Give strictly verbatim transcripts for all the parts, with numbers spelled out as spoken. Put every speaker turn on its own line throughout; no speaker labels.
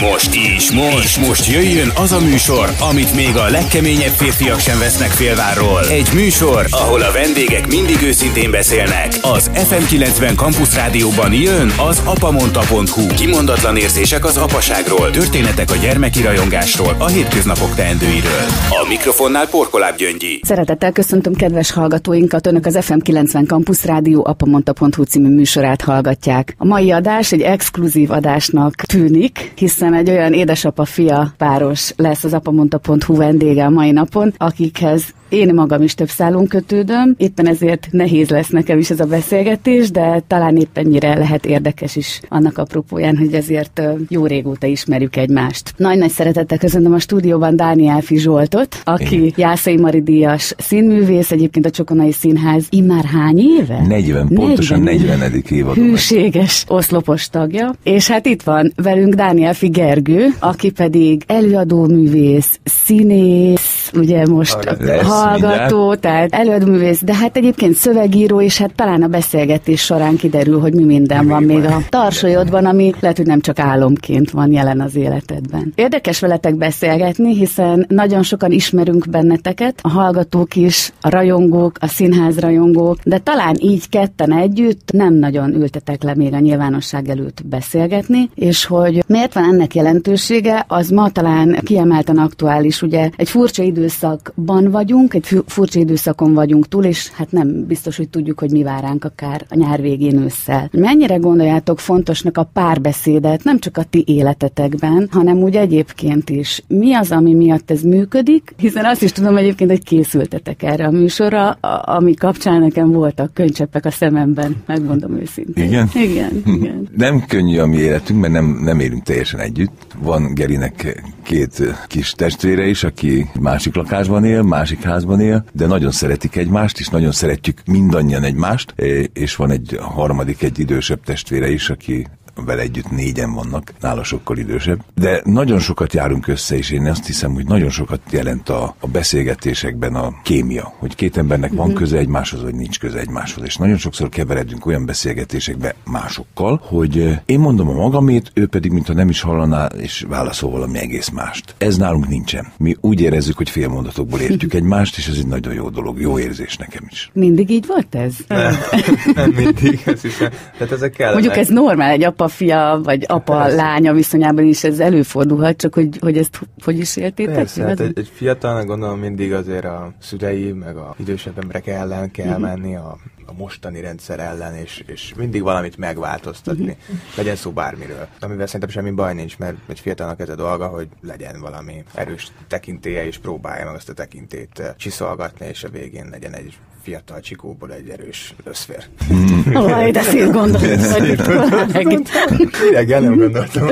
Most is, most, most jöjjön az a műsor, amit még a legkeményebb férfiak sem vesznek félvárról. Egy műsor, ahol a vendégek mindig őszintén beszélnek. Az ef em kilencven Campus Rádióban jön az apamondta pont hu. Kimondatlan érzések az apaságról, történetek a gyermeki rajongásról, a hétköznapok teendőiről. A mikrofonnál Porkoláb Gyöngyi.
Szeretettel köszöntöm kedves hallgatóinkat, önök az ef em kilencven Campus Rádió apamondta pont hu című műsorát hallgatják. A mai adás egy exkluzív adásnak tűnik, hiszen egy olyan édesapa-fia páros lesz az apamondta pont hu vendége a mai napon, akikhez én magam is több szálon kötődöm, éppen ezért nehéz lesz nekem is ez a beszélgetés, de talán éppennyire lehet érdekes is annak apropóján, hogy ezért jó régóta ismerjük egymást. Nagy-nagy szeretettel köszöntöm a stúdióban Dánielfi Zsoltot, aki én. Jászai Mari díjas színművész, egyébként a Csokonai Színház immár hány éve?
negyven, pontosan negyvenedik évadon.
Hűséges oszlopos tagja. És hát itt van velünk Dánielfi Gergő, aki pedig előadóművész, színész, ugye most hallgató, tehát előadóművész, de hát egyébként szövegíró, és hát talán a beszélgetés során kiderül, hogy mi minden mi van még van. A tarsolyodban, ami lehet, hogy nem csak álomként van jelen az életedben. Érdekes veletek beszélgetni, hiszen nagyon sokan ismerünk benneteket, a hallgatók is, a rajongók, a színház rajongók, de talán így ketten együtt nem nagyon ültetek le még a nyilvánosság előtt beszélgetni, és hogy miért van ennek jelentősége, az ma talán kiemelten aktuális, ugye egy furcsa időszakban vagyunk, egy furcsa időszakon vagyunk túl, és hát nem biztos, hogy tudjuk, hogy mi vár ránk akár a nyár végén ősszel. Mennyire gondoljátok fontosnak a párbeszédet, nem csak a ti életetekben, hanem úgy egyébként is. Mi az, ami miatt ez működik? Hiszen azt is tudom egyébként, hogy készültetek erre a műsorra, ami kapcsán nekem voltak könycseppek a szememben, megmondom őszintén.
Igen?
Igen, igen.
Nem könnyű a mi életünk, mert nem, nem élünk teljesen együtt. Van Gerinek két kis testvére is, aki másik lakásban él, másik házban él, de nagyon szeretik egymást, és nagyon szeretjük mindannyian egymást, és van egy harmadik, egy idősebb testvére is, aki vele együtt négyen vannak, nála sokkal idősebb. De nagyon sokat járunk össze, és én azt hiszem, hogy nagyon sokat jelent a, a beszélgetésekben a kémia, hogy két embernek van köze egymáshoz, vagy nincs köze egymáshoz. És nagyon sokszor keveredünk olyan beszélgetésekbe másokkal, hogy én mondom a magamét, ő pedig mintha nem is hallaná, és válaszol valami egész mást. Ez nálunk nincsen. Mi úgy érezzük, hogy félmondatokból értjük egymást, és ez egy nagyon jó dolog, jó érzés nekem is.
Mindig így volt ez?
Nem, nem mindig, ezt hiszem. Tehát ezek kell.
Mondjuk ez normál, egy apa-fia, vagy apa-lánya viszonyában is ez előfordulhat, csak hogy, hogy ezt hogy is éltétek?
Persze, hát egy, egy fiatalnak gondolom mindig azért a szülei, meg a idősebb emberek ellen kell uh-huh. menni, a, a mostani rendszer ellen, és, és mindig valamit megváltoztatni. Uh-huh. Legyen szó bármiről. Amivel szerintem semmi baj nincs, mert egy fiatalnak ez a dolga, hogy legyen valami erős tekintélye, és próbálja meg azt a tekintét csiszolgatni, és a végén legyen egy fiatal csikóból egy erős összfér.
Olaj, de szép gondolat, hogy itt valami.
Reggel nem gondoltam.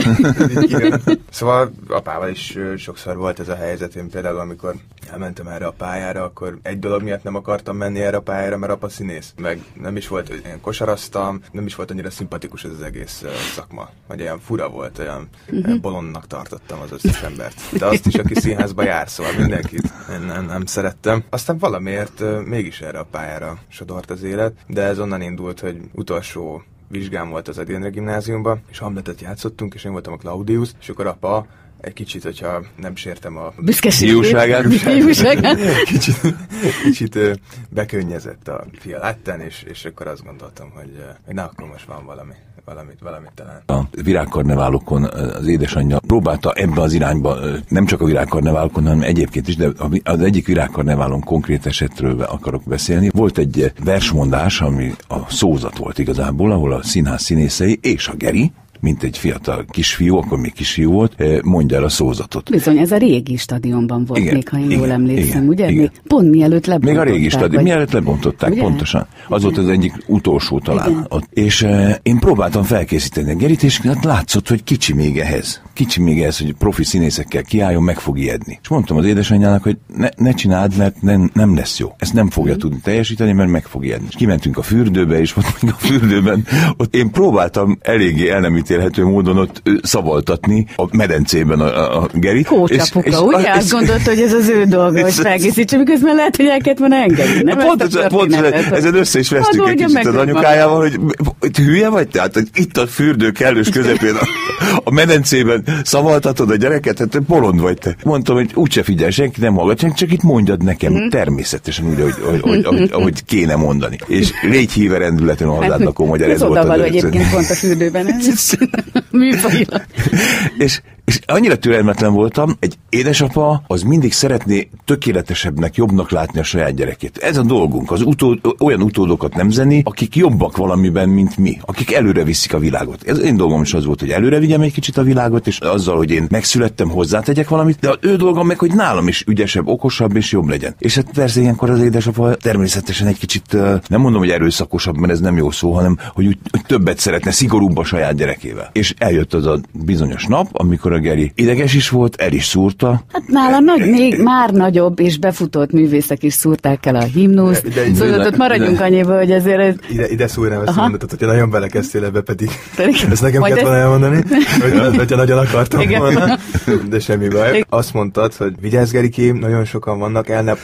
Szóval apával is sokszor volt ez a helyzet. Én például, amikor elmentem erre a pályára, akkor egy dolog miatt nem akartam menni erre a pályára, mert apa színész. Meg nem is volt, hogy én kosaraztam, nem is volt annyira szimpatikus ez az egész szakma. Vagy olyan fura volt, olyan uh-huh. bolondnak tartottam az összes embert. De azt is, aki színházba jár, szóval mindenkit én nem, nem szerettem. Aztán valamiért mégis erre a pályára sodort az élet, de ez onnan indult, hogy utolsó vizsgám volt az Edénre gimnáziumban, és Hamletet játszottunk, és én voltam a Claudius, és akkor apa egy kicsit, hogyha nem sértem a
jóságát,
kicsit, kicsit bekönnyezett a fia láttán, és, és akkor azt gondoltam, hogy, hogy na, akkor most van valami, valamit, valamit talán.
A virágkarneválokon az édesanyja próbálta ebbe az irányba, nem csak a virágkarneválokon, hanem egyébként is, de az egyik virágkarneválon konkrét esetről akarok beszélni. Volt egy versmondás, ami a szózat volt igazából, ahol a színház színészei és a Geri, mint egy fiatal kisfiú, akkor még kisfiú volt, mondja el a szózatot.
Bizony, ez a régi stadionban volt, igen, még ha én igen, jól emlékszem, igen, ugye?
Igen.
Pont mielőtt lebontották.
Még a régi stadion, vagy... mielőtt lebontották, ugye? Pontosan. Az igen. Volt az egyik utolsó talán. Ott. És uh, én próbáltam felkészíteni a Gerit, és hát látszott, hogy kicsi még ehhez. Kicsi még ehhez, hogy profi színészekkel kiálljon, meg fog ijedni. És mondtam az édesanyjának, hogy ne, ne csináld, mert nem, nem lesz jó. Ezt nem fogja mm. tudni teljesíteni, mert meg fog ijedni. És kimentünk a fürdőbe, és ott még a fürdőben, ott én próbáltam eléggé elnemíteni megítélhető módon ott szavaltatni a medencében a, a Gerit.
Kócsapuka, ugye? A, azt gondolta, hogy ez az ő dolga, hogy felkészítse, miközben lehet, hogy el kellett volna engedni. Nem
pont, pont ezen össze is vesztük egy kicsit az anyukájával, hogy, hogy hülye vagy? Tehát, hogy itt a fürdő kellős közepén a, a medencében szavaltatod a gyereket, hát bolond vagy te. Mondtam, hogy úgyse figyelj, senki nem hallgat, csak itt mondjad nekem, mm. természetesen úgy, ahogy, ahogy, ahogy, ahogy, ahogy kéne mondani. És légy híve rendületen a hazádnak, hogy ez volt
az egyébként pont a fürdőben. Műfajilag.
és És annyira türelmetlen voltam, egy édesapa az mindig szeretné tökéletesebbnek, jobbnak látni a saját gyerekét. Ez a dolgunk, az utód, olyan utódokat nemzeni, akik jobbak valamiben, mint mi, akik előre viszik a világot. Ez én dolgom is az volt, hogy előre vigyem egy kicsit a világot, és azzal, hogy én megszülettem, hozzátegyek valamit, de az ő dolgom meg, hogy nálam is ügyesebb, okosabb és jobb legyen. És hát persze ilyenkor az édesapa természetesen egy kicsit, nem mondom, hogy erőszakosabb, mert ez nem jó szó, hanem hogy, úgy, hogy többet szeretne, szigorúbb a saját gyerekével. És eljött az a bizonyos nap, amikor a Geri ideges is volt, el is szúrta.
Hát nála nagy, még már nagyobb és befutott művészek is szúrták el a himnuszt. Szóval ott maradjunk annyiba, hogy ezért... Ez...
Ide, ide szúrnám ezt a mondatot, hogyha nagyon belekezdtél ebbe, pedig ezt nekem kellett volna elmondani, hogy, hogyha nagyon akartam igen. volna, de semmi baj. Azt mondtad, hogy vigyázz Gerikém, nagyon sokan vannak, el ne...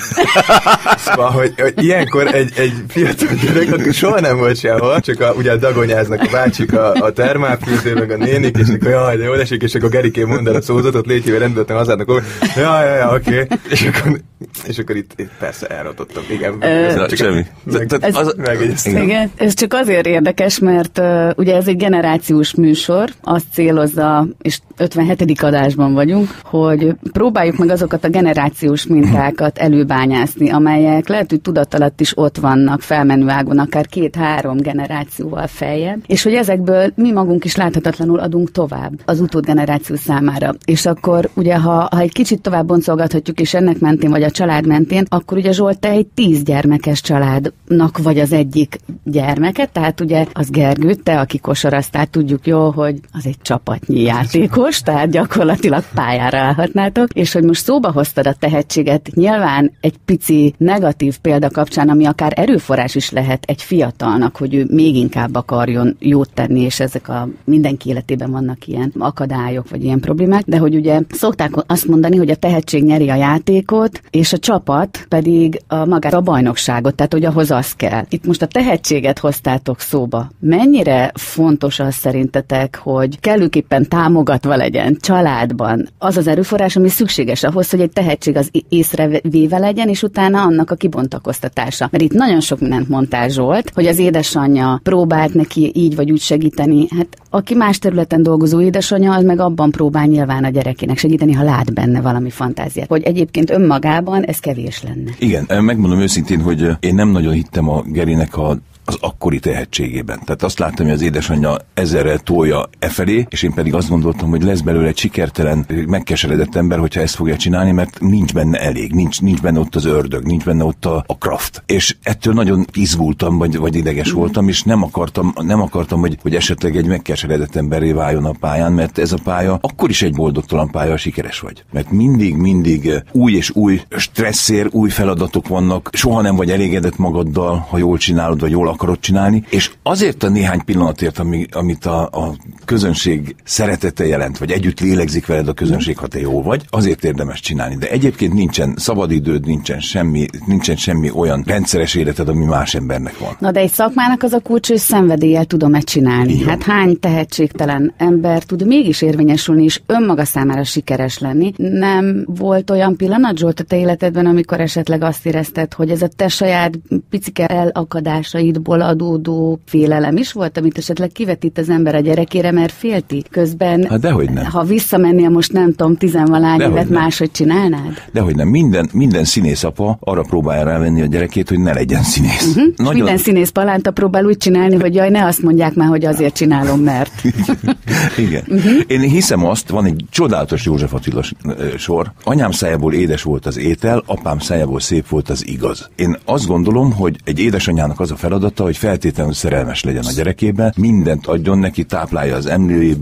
Szóval, hogy, hogy ilyenkor egy, egy fiatal gyerek, akkor soha nem volt sehol, csak a, ugye dagonyáznak a bácsik a, a termálfűző, meg a nénik, és akkor jaj, de jól esik, és akkor Gerikém mond el a szózatot, légy híve rendületlen hazádnak, hogy jaj, jaj, jaj, oké. Okay. És akkor, és akkor itt, itt persze elrotottam. Igen.
Ö, csak semmi.
Meg, ez, az, igen. igen. Ez csak azért érdekes, mert uh, ugye ez egy generációs műsor, azt célozza, és ötvenhetedik adásban vagyunk, hogy próbáljuk meg azokat a generációs mintákat előbányászni, amelyek lehet, hogy tudatalatt is ott vannak, felmenő ágon, akár két-három generációval feljebb, és hogy ezekből mi magunk is láthatatlanul adunk tovább az utódgeneráció számára. És akkor ugye, ha, ha egy kicsit tovább boncolgathatjuk, és ennek mentén, vagy a család mentén, akkor ugye Zsolt, te egy tíz gyermekes családnak vagy az egyik gyermeket, tehát ugye az Gergő, te, aki kosaraztál, tudjuk jól, hogy az egy csapatnyi játékos, tehát gyakorlatilag pályára állhatnátok, és hogy most szóba hoztad a tehetséget, nyilván egy pici negatív példa kapcsán, ami akár erőforrás is lehet egy fiatalnak, hogy ő még inkább akarjon jót tenni, és ezek a mindenki életében vannak ilyen akadályok, vagy ilyen problémák, de hogy ugye szokták azt mondani, hogy a tehetség nyeri a játékot, és a csapat pedig a magát a bajnokságot, tehát hogy ahhoz az kell. Itt most a tehetséget hoztátok szóba. Mennyire fontos az szerintetek, hogy kellőképpen támogatva legyen családban az az erőforrás, ami szükséges ahhoz, hogy egy tehetség az észrevéve legyen, és utána annak a kibontakoztatása. Mert itt nagyon sok mindent mondtál, Zsolt, hogy az édesanyja próbált neki így vagy úgy segíteni. Hát aki más területen dolgozó édesanyja, az meg abban próbál nyilván a gyerekének segíteni, ha lát benne valami fantáziát. Hogy egyébként önmagában ez kevés lenne.
Igen, megmondom őszintén, hogy én nem nagyon hittem a Gerinek a az akkori tehetségében. Tehát azt láttam, hogy az édesanyja ezerrel tolja e felé, és én pedig azt gondoltam, hogy lesz belőle egy sikertelen, megkeseredett ember, hogyha ezt fogja csinálni, mert nincs benne elég, nincs, nincs benne ott az ördög, nincs benne ott a, a kraft. És ettől nagyon izgultam, vagy, vagy ideges voltam, és nem akartam, nem akartam hogy, hogy esetleg egy megkeseredett emberré váljon a pályán, mert ez a pálya akkor is egy boldogtalan pálya, sikeres vagy. Mert mindig, mindig új és új stresszér, új feladatok vannak, soha nem vagy elégedett magaddal, ha jól csinálod, vagy jól akarod csinálni, és azért a néhány pillanatért, ami, amit a, a közönség szeretete jelent, vagy együtt lélegzik veled a közönség, ha te jó vagy, azért érdemes csinálni. De egyébként nincsen szabadidőd, nincsen semmi, nincsen semmi olyan rendszeres életed, ami más embernek van.
Na de egy szakmának az a kulcs, hogy szenvedéllyel tudom-e csinálni. Igen. Hát hány tehetségtelen ember tud mégis érvényesülni, és önmaga számára sikeres lenni. Nem volt olyan pillanat, Zsolt, a te életedben, amikor esetleg azt érezted, hogy ez a te saját picike elakadásaidból adódó félelem is volt, amit esetleg kivetít az ember a gyerekére, mert félti. Közben,
hát dehogy nem.
Ha visszamennél most nem tudom, tizenvalány évet máshogy csinálnád?
Dehogy nem. Minden, minden színész apa arra próbálja rávenni a gyerekét, hogy ne legyen színész. Uh-huh. Nagyon... Minden színész palánta próbál úgy csinálni, hogy jaj, ne azt mondják már, hogy azért csinálom, mert. Igen. Uh-huh. Én hiszem azt, van egy csodálatos József Attila sor. Anyám szájából édes volt az étel, apám szájából szép volt az igaz. Én azt gondolom, hogy egy édesanyának az a feladata, hogy feltétlenül szerelmes legyen a gyerekében, mindent adjon neki, táplálja az emlőjéből,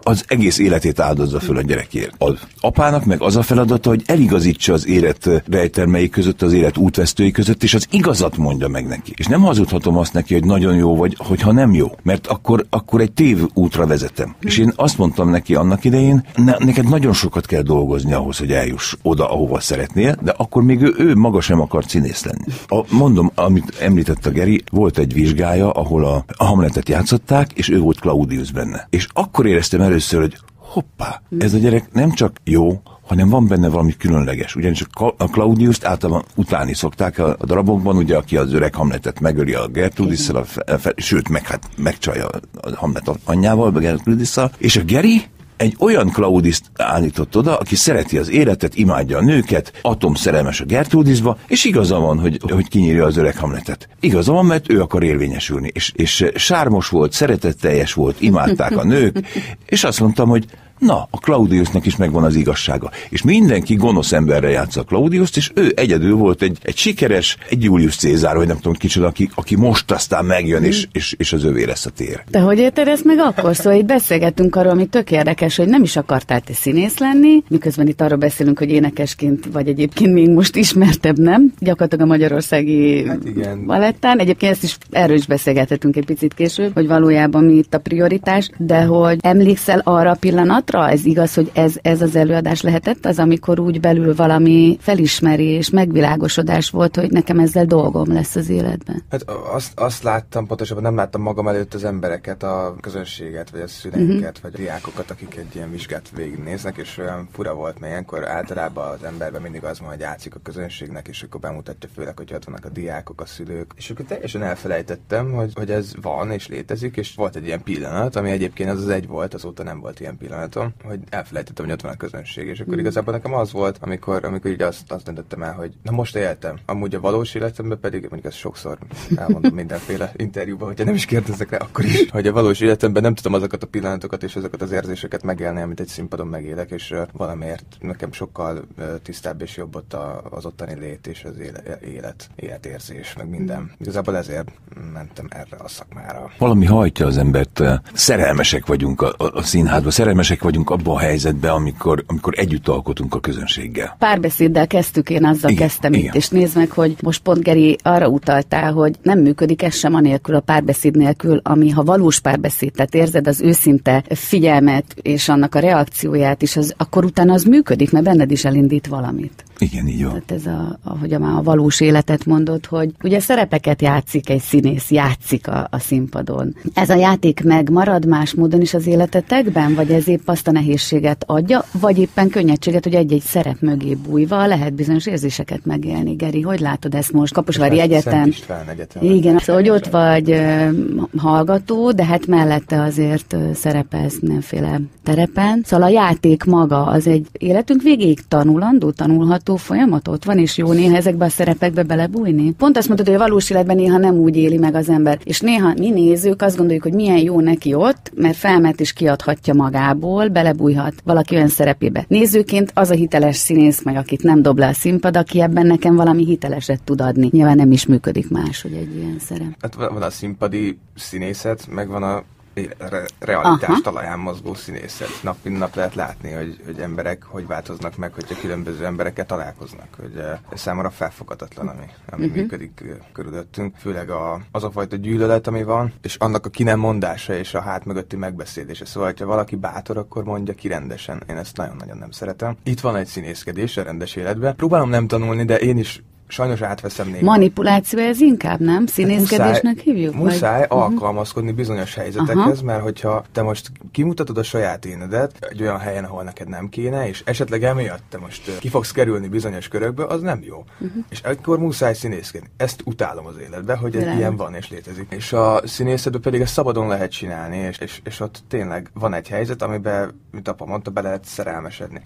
az egész életét áldozza föl a gyerekért. Az apának meg az a feladata, hogy eligazítsa az élet rejtelmei között, az élet útvesztői között, és az igazat mondja meg neki. És nem hazudhatom azt neki, hogy nagyon jó vagy, hogyha nem jó, mert akkor, akkor egy tév útra vezetem. Hmm. És én azt mondtam neki annak idején, ne, neked nagyon sokat kell dolgozni ahhoz, hogy eljuss oda, ahova szeretnél, de akkor még ő, ő maga sem akar színész lenni. A, mondom, amit említett a Geri, volt egy vizsgája, ahol a, a Hamletet játszották, és ő volt Claudius benne. És akkor éreztem először, hogy hoppá, ez a gyerek nem csak jó, hanem van benne valami különleges. Ugyanis a Claudiust általában utálni szokták a, a darabokban, ugye, aki az öreg Hamletet megöli a Gertrudisszel, a, a, sőt, meg, hát, megcsalja a Hamlet anyjával, a Gertrudisszel, és a Geri egy olyan Claudist állított oda, aki szereti az életet, imádja a nőket, atomszerelmes a Gertrudisba, és igaza van, hogy, hogy kinyírja az öreg Hamletet. Igaza van, mert ő akar érvényesülni. És, és sármos volt, szeretetteljes volt, imádták a nők, és azt mondtam, hogy na, a Claudiusnak is megvan az igazsága. És mindenki gonosz emberre játsza a Claudiust, és ő egyedül volt egy, egy sikeres, egy Julius Cézár, vagy nem tudom kicsoda, aki, aki most aztán megjön, és, és, és az övé lesz a tér.
De hogy érted ezt meg akkor? Szóval itt beszélgettünk arról, ami tök érdekes, hogy nem is akartál te színész lenni, miközben itt arról beszélünk, hogy énekesként, vagy egyébként még most ismertebb, nem? Gyakorlatilag a magyarországi hát balettán. Egyébként ezt is, erről is beszélgethetünk egy picit később, hogy valójában mi itt a prioritás, de hogy emlékszel arra a pillanatra, ez igaz, hogy ez, ez az előadás lehetett az, amikor úgy belül valami felismerés, megvilágosodás volt, hogy nekem ezzel dolgom lesz az életben?
Hát azt, azt láttam, pontosabban nem láttam magam előtt az embereket, a közönséget, vagy a szüleinket, uh-huh. vagy a diákokat, akik egy ilyen vizsgát végignéznek, és olyan fura volt, mert ilyenkor általában az emberben mindig az van, hogy játszik a közönségnek, és akkor bemutatja főleg, hogy ott vannak a diákok, a szülők, és akkor teljesen elfelejtettem, hogy, hogy ez van és létezik, és volt egy ilyen pillanat, ami egyébként az az egy volt, azóta nem volt ilyen pillanatom, hogy elfelejtettem, hogy ott van a közönség, és akkor mm. igazából nekem az volt, amikor, amikor így azt, azt döntöttem el, hogy na most éltem. Amúgy a valós életemben pedig, mondjuk ezt sokszor elmondom mindenféle interjúban, hogyha nem is kérdezek rá, akkor is, hogy a valós életemben nem tudom azokat a pillanatokat és azokat az érzéseket megélni, amit egy színpadon megélek, és uh, valamiért nekem sokkal uh, tisztább és jobb ott a, az ottani lét és az élet, élet, életérzés, meg minden. Igazából ezért mentem erre a szakmára.
Valami hajtja az embert, szerelmesek vagyunk a, a, a színházba, szerelmesek vagyunk abban a helyzetben, amikor, amikor együtt alkotunk a közönséggel.
Párbeszéddel kezdtük, én azzal igen, kezdtem igen. itt, és nézd meg, hogy most pont Geri arra utaltál, hogy nem működik ez sem anélkül, a párbeszéd nélkül, ami ha valós párbeszéd, tehát érzed az őszinte figyelmet és annak a reakcióját is, az, akkor utána az működik, mert benned is elindít valamit.
Igen, így van.
Tehát ez a, ahogy a, már a valós életet mondod, hogy ugye szerepeket játszik egy színész, játszik a, a színpadon. Ez a játék meg marad más módon is az életetekben, vagy ez épp azt a nehézséget adja, vagy éppen könnyedséget, hogy egy-egy szerep mögé bújva lehet bizonyos érzéseket megélni. Geri, hogy látod ezt most? Kaposvári Egyetem.
Szent István Egyetem.
Igen, szóval, hogy ott vagy uh, hallgató, de hát mellette azért uh, szerepelsz mindenféle terepen. Szóval a játék maga az egy életünk végéig tanulandó, tanulható folyamat, ott van, és jó néha ezekbe a szerepekbe belebújni. Pont azt mondtad, hogy a valós életben néha nem úgy éli meg az ember. És néha mi nézők azt gondoljuk, hogy milyen jó neki ott, mert felmet is kiadhatja magából, belebújhat valaki olyan szerepébe. Nézőként az a hiteles színész meg, akit nem dob le a színpad, aki ebben nekem valami hiteleset tud adni. Nyilván nem is működik más, hogy egy ilyen szerep.
Hát van a színpadi színészet, meg van a re- realitás Aha. talaján mozgó színészet. Nap mint nap lehet látni, hogy, hogy emberek hogy változnak meg, hogyha különböző emberekkel találkoznak. Hogy uh, számomra felfoghatatlan, ami, ami uh-huh. működik uh, körülöttünk. Főleg a, az a fajta gyűlölet, ami van, és annak a ki nem mondása és a hát mögötti megbeszélése. Szóval, ha valaki bátor, akkor mondja ki rendesen. Én ezt nagyon-nagyon nem szeretem. Itt van egy színészkedés a rendes életben. Próbálom nem tanulni, de én is sajnos átveszem néha.
Manipuláció ez inkább, nem? Színészkedésnek hívjuk?
Muszáj vagy? alkalmazkodni bizonyos helyzetekhez, Aha. mert hogyha te most kimutatod a saját énedet egy olyan helyen, ahol neked nem kéne, és esetleg emiatt te most ki fogsz kerülni bizonyos körökbe, az nem jó. Uh-huh. És akkor muszáj színészkedni. Ezt utálom az életben, hogy ez ilyen van és létezik. És a színészetben pedig ezt szabadon lehet csinálni, és, és, és ott tényleg van egy helyzet, amiben, mint apa mondta, be lehet szerelmesedni. A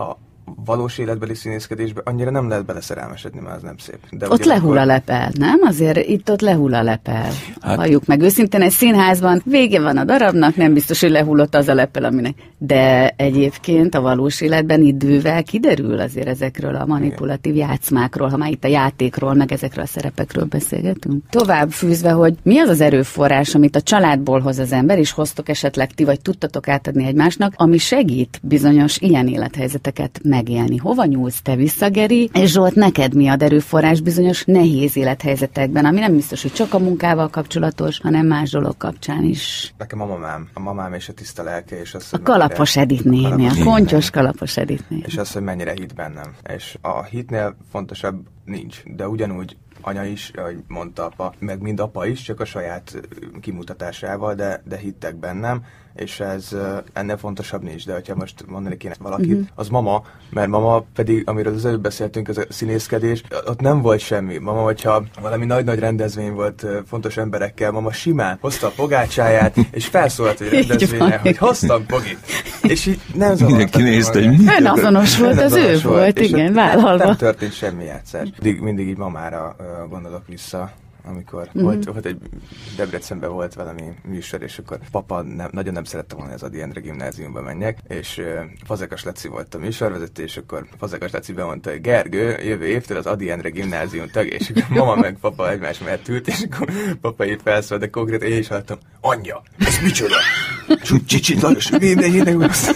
valós életbeli színészkedésbe annyira nem lehet beleszerelmesedni, mert az nem szép. De
ott lehull a lepel, nem? Azért itt ott lehull a lepel. Hát, halljuk meg őszintén, egy színházban vége van a darabnak, nem biztos, hogy lehullott az a lepel, aminek. De egyébként a valós életben idővel kiderül azért ezekről a manipulatív igen. játszmákról, ha már itt a játékról, meg ezekről a szerepekről beszélgetünk. Tovább fűzve, hogy mi az az erőforrás, amit a családból hoz az ember, és hoztok esetleg ti, vagy tudtatok átadni egymásnak, ami segít bizonyos ilyen élethelyzeteket megélni. Hova nyúlsz te vissza, Geri? És Zsolt, neked mi ad erőforrás bizonyos nehéz élethelyzetekben, ami nem biztos, hogy csak a munkával kapcsolatos, hanem más dolog kapcsán is.
Nekem a mamám, a mamám és a tiszta lelke, és az,
a kalapos Edith néni, a kontyos kalapos Edith néni.
És az, hogy mennyire hit bennem. És a hitnél fontosabb nincs, de ugyanúgy anya is, ahogy mondta apa, meg mind apa is, csak a saját kimutatásával, de, de hittek bennem, és ez ennél fontosabb nincs, de hogyha most mondani kéne valakit, uh-huh. az mama, mert mama pedig, amiről az előbb beszéltünk, az a színészkedés, ott nem volt semmi. Mama, hogyha valami nagy-nagy rendezvény volt fontos emberekkel, mama simán hozta a pogácsáját, és felszólalt egy rendezvényre, hogy hoztam pogit. És így nem zavartak.
Ön azonos volt, az ő volt, igen, vállalva.
Nem történt semmi játszás. Mindig, mindig így mamára gondolok vissza, amikor mm-hmm. volt, volt egy Debrecenben volt valami műsor, és akkor papa nem, nagyon nem szerette volna, az Ady Endre gimnáziumba menjek, és uh, Fazekas Laci volt a műsorvezető, és akkor Fazekas Laci bemondta, hogy Gergő, jövő évtől az Ady Endre gimnázium tag, és akkor mama meg papa egymás mellett ült, és akkor papa így felszólt, de konkrétan én is hallottam, anyja, ez micsoda? Csicsit, Lajos, mindenkinek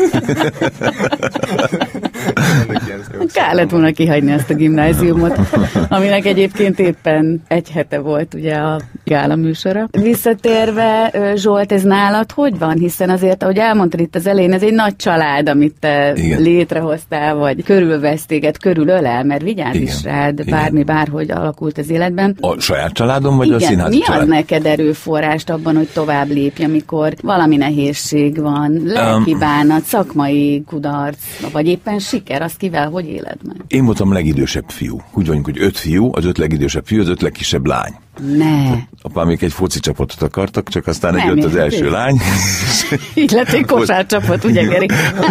Kár lett volna kihagyni azt a gimnáziumot, aminek egyébként éppen egy hete volt ugye a gála műsora. Visszatérve, Zsolt, ez nálad hogy van? Hiszen azért, ahogy elmondtad itt az elején, ez egy nagy család, amit te igen. létrehoztál, vagy körülvesz téged, körülölel, mert vigyáz igen. is rád, igen. bármi, bárhogy alakult az életben.
A saját családom, vagy igen. a színházi
mi
család?
Mi ad neked erőforrást abban, hogy tovább lépj, amikor valami nehézség van, lelki bánat, szakmai kudarc, vagy éppen siker, azt kivel hogy éled meg?
Én voltam a legidősebb fiú. Úgy vagyunk, hogy öt fiú, az öt legidősebb fiú, az öt legkisebb lány.
Ne.
Apám még egy foci csapatot akartak, csak aztán egy jött az első lány.
Így lett egy kosárcsapat, ugye, Geri?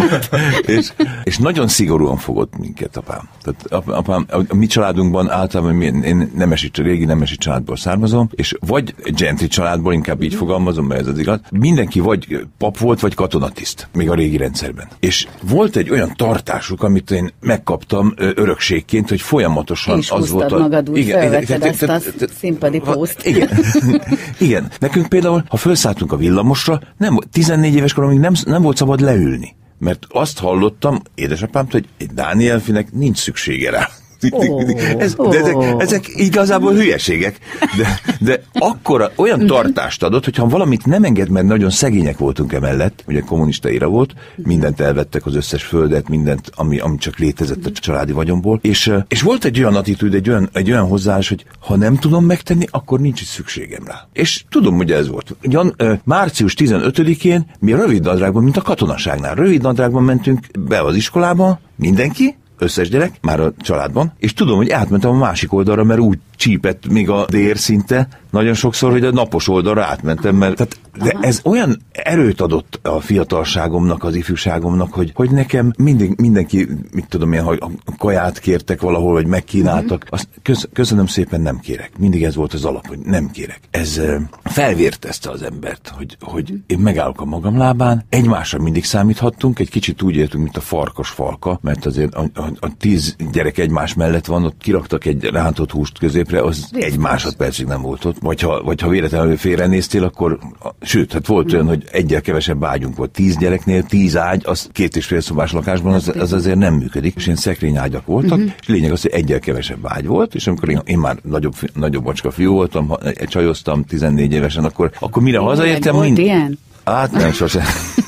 és, és nagyon szigorúan fogott minket apám. Tehát apám, a mi családunkban általában én nemesi, régi nemesi családból származom, és vagy gentry családból, inkább így fogalmazom, mert ez az igaz. Mindenki vagy pap volt, vagy katonatiszt, még a régi rendszerben. És volt egy olyan tartásuk, amit én megkaptam örökségként, hogy folyamatosan
és
az volt
a... magad úgy, felvetted ezt a színpadi pószt.
Igen. Igen. Nekünk például, ha felszálltunk a villamosra, nem, tizennégy éves koromig nem, nem volt szabad leülni. Mert azt hallottam édesapámtól, hogy egy Dánielfinek nincs szüksége rá. Oh, Ez, de ezek, ezek igazából hülyeségek, de, de akkora olyan tartást adott, hogyha valamit nem enged, mert nagyon szegények voltunk emellett, ugye kommunista éra volt, mindent elvettek, az összes földet, mindent, ami, ami csak létezett a családi vagyomból, és, és volt egy olyan attitűd, egy olyan, egy olyan hozzáállás, hogy ha nem tudom megtenni, akkor nincs is szükségem rá. És tudom, hogy ez volt. Ugyan, március tizenötödikén mi rövid nadrágban, mint a katonaságnál, rövid nadrágban mentünk be az iskolába, mindenki, összes gyerek, már a családban, és tudom, hogy átmentem a másik oldalra, mert úgy csípett még a dér szinte, nagyon sokszor, hogy a napos oldalra átmentem, mert tehát, de ez olyan erőt adott a fiatalságomnak, az ifjúságomnak, hogy, hogy nekem mindig, mindenki, mit tudom én, hogy a kaját kértek valahol, vagy megkínáltak, azt köz, köszönöm szépen, nem kérek. Mindig ez volt az alap, hogy nem kérek. Ez felvértezte az embert, hogy, hogy én megállok a magam lábán, egymásra mindig számíthattunk, egy kicsit úgy éltünk, mint a farkas falka, mert azért a, a, a tíz gyerek egymás mellett van, ott kiraktak egy rántott húst középre, az Részt egy másodpercig nem volt ott. Vagy ha, vagy ha véletlenül félrenéztél, akkor, sőt, hát volt olyan, hogy egyel kevesebb ágyunk volt. Tíz gyereknél, tíz ágy, az két és fél szobás lakásban, az, az azért nem működik. És ilyen szekrényágyak voltak, uh-huh. és lényeg az, hogy egyel kevesebb ágy volt, és amikor én, én már nagyobb, nagyobb macska fiú voltam, csajoztam tizennégy évesen, akkor, akkor mire hazaértem,
mind... ilyen?
Hát nem, sosem.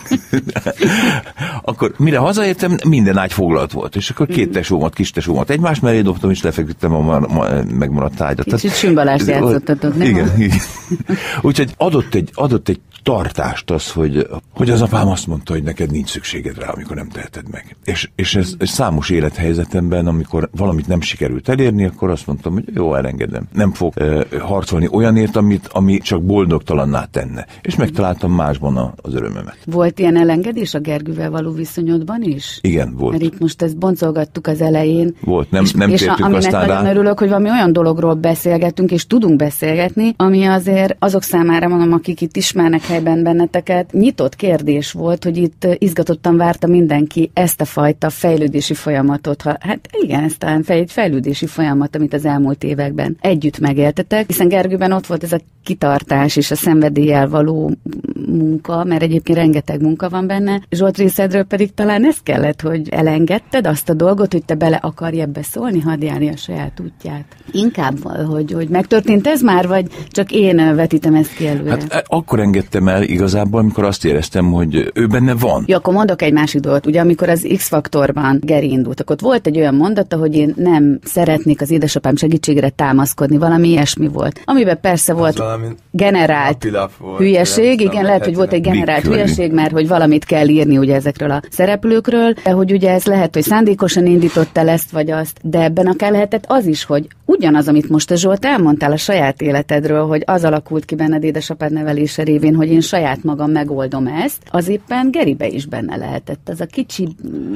Akkor mire hazaértem, minden ágy foglalt volt, és akkor két tesómat, kis tesómat egymás mellé dobtam, és lefeküdtem a ma- ma- megmaradt ágyat.
Kicsit sümbalást játszottatok, nem?
Igen, igen. Úgyhogy adott egy, adott egy tartást, az, hogy, hogy az apám azt mondta, hogy neked nincs szükséged rá, amikor nem teheted meg. És, és ez, ez számos élethelyzetemben, amikor valamit nem sikerült elérni, akkor azt mondtam, hogy jó, elengedem. Nem fog uh, harcolni olyanért, amit, ami csak boldogtalanná tenne. És megtaláltam másban a, az örömömet.
Volt ilyen elengedés a Gergővel való viszonyodban is?
Igen, volt.
Mert itt most ezt boncolgattuk az elején.
Volt, nem,
és,
nem
és
tértünk
aminek
aztán
nagyon
rá.
örülök, hogy valami olyan dologról beszélgetünk, és tudunk beszélgetni, ami azért azok számára, mondom, akik itt ismernek helyben benneteket, nyitott kérdés volt, hogy itt izgatottan várta mindenki ezt a fajta fejlődési folyamatot. Ha, hát igen, ez talán egy fejlődési folyamat, amit az elmúlt években együtt megéltetek, hiszen Gergőben ott volt ez a kitartás és a szenvedéllyel való munka, mert egyébként rengeteg munka van benne. Zsolt részedről pedig talán ez kellett, hogy elengedted azt a dolgot, hogy te bele akarj ebbe szólni, hadd járni a saját útját. Inkább, hogy, hogy megtörtént ez már, vagy csak én vetítem ezt ki előre?
Hát akkor engedtem el igazából, amikor azt éreztem, hogy ő benne van.
Jó, akkor mondok egy másik dolgot. Ugye amikor az X-faktorban Geri indult, akkor volt egy olyan mondata, hogy én nem szeretnék az édesapám segítségére támaszkodni, valami ilyesmi volt. Amiben persze volt generált volt, hülyeség, igen, lehet, hogy volt egy generált hülyeség, mert hogy valamit kell írni ugye ezekről a szereplőkről, de hogy ugye ez lehet, hogy szándékosan indított el ezt vagy azt, de ebben akár lehetett az is, hogy ugyanaz, amit most a Zsolt elmondtál a saját életedről, hogy az alakult ki benned édesapád nevelése révén, hogy én saját magam megoldom ezt, az éppen Geribe is benne lehetett. Az a kicsi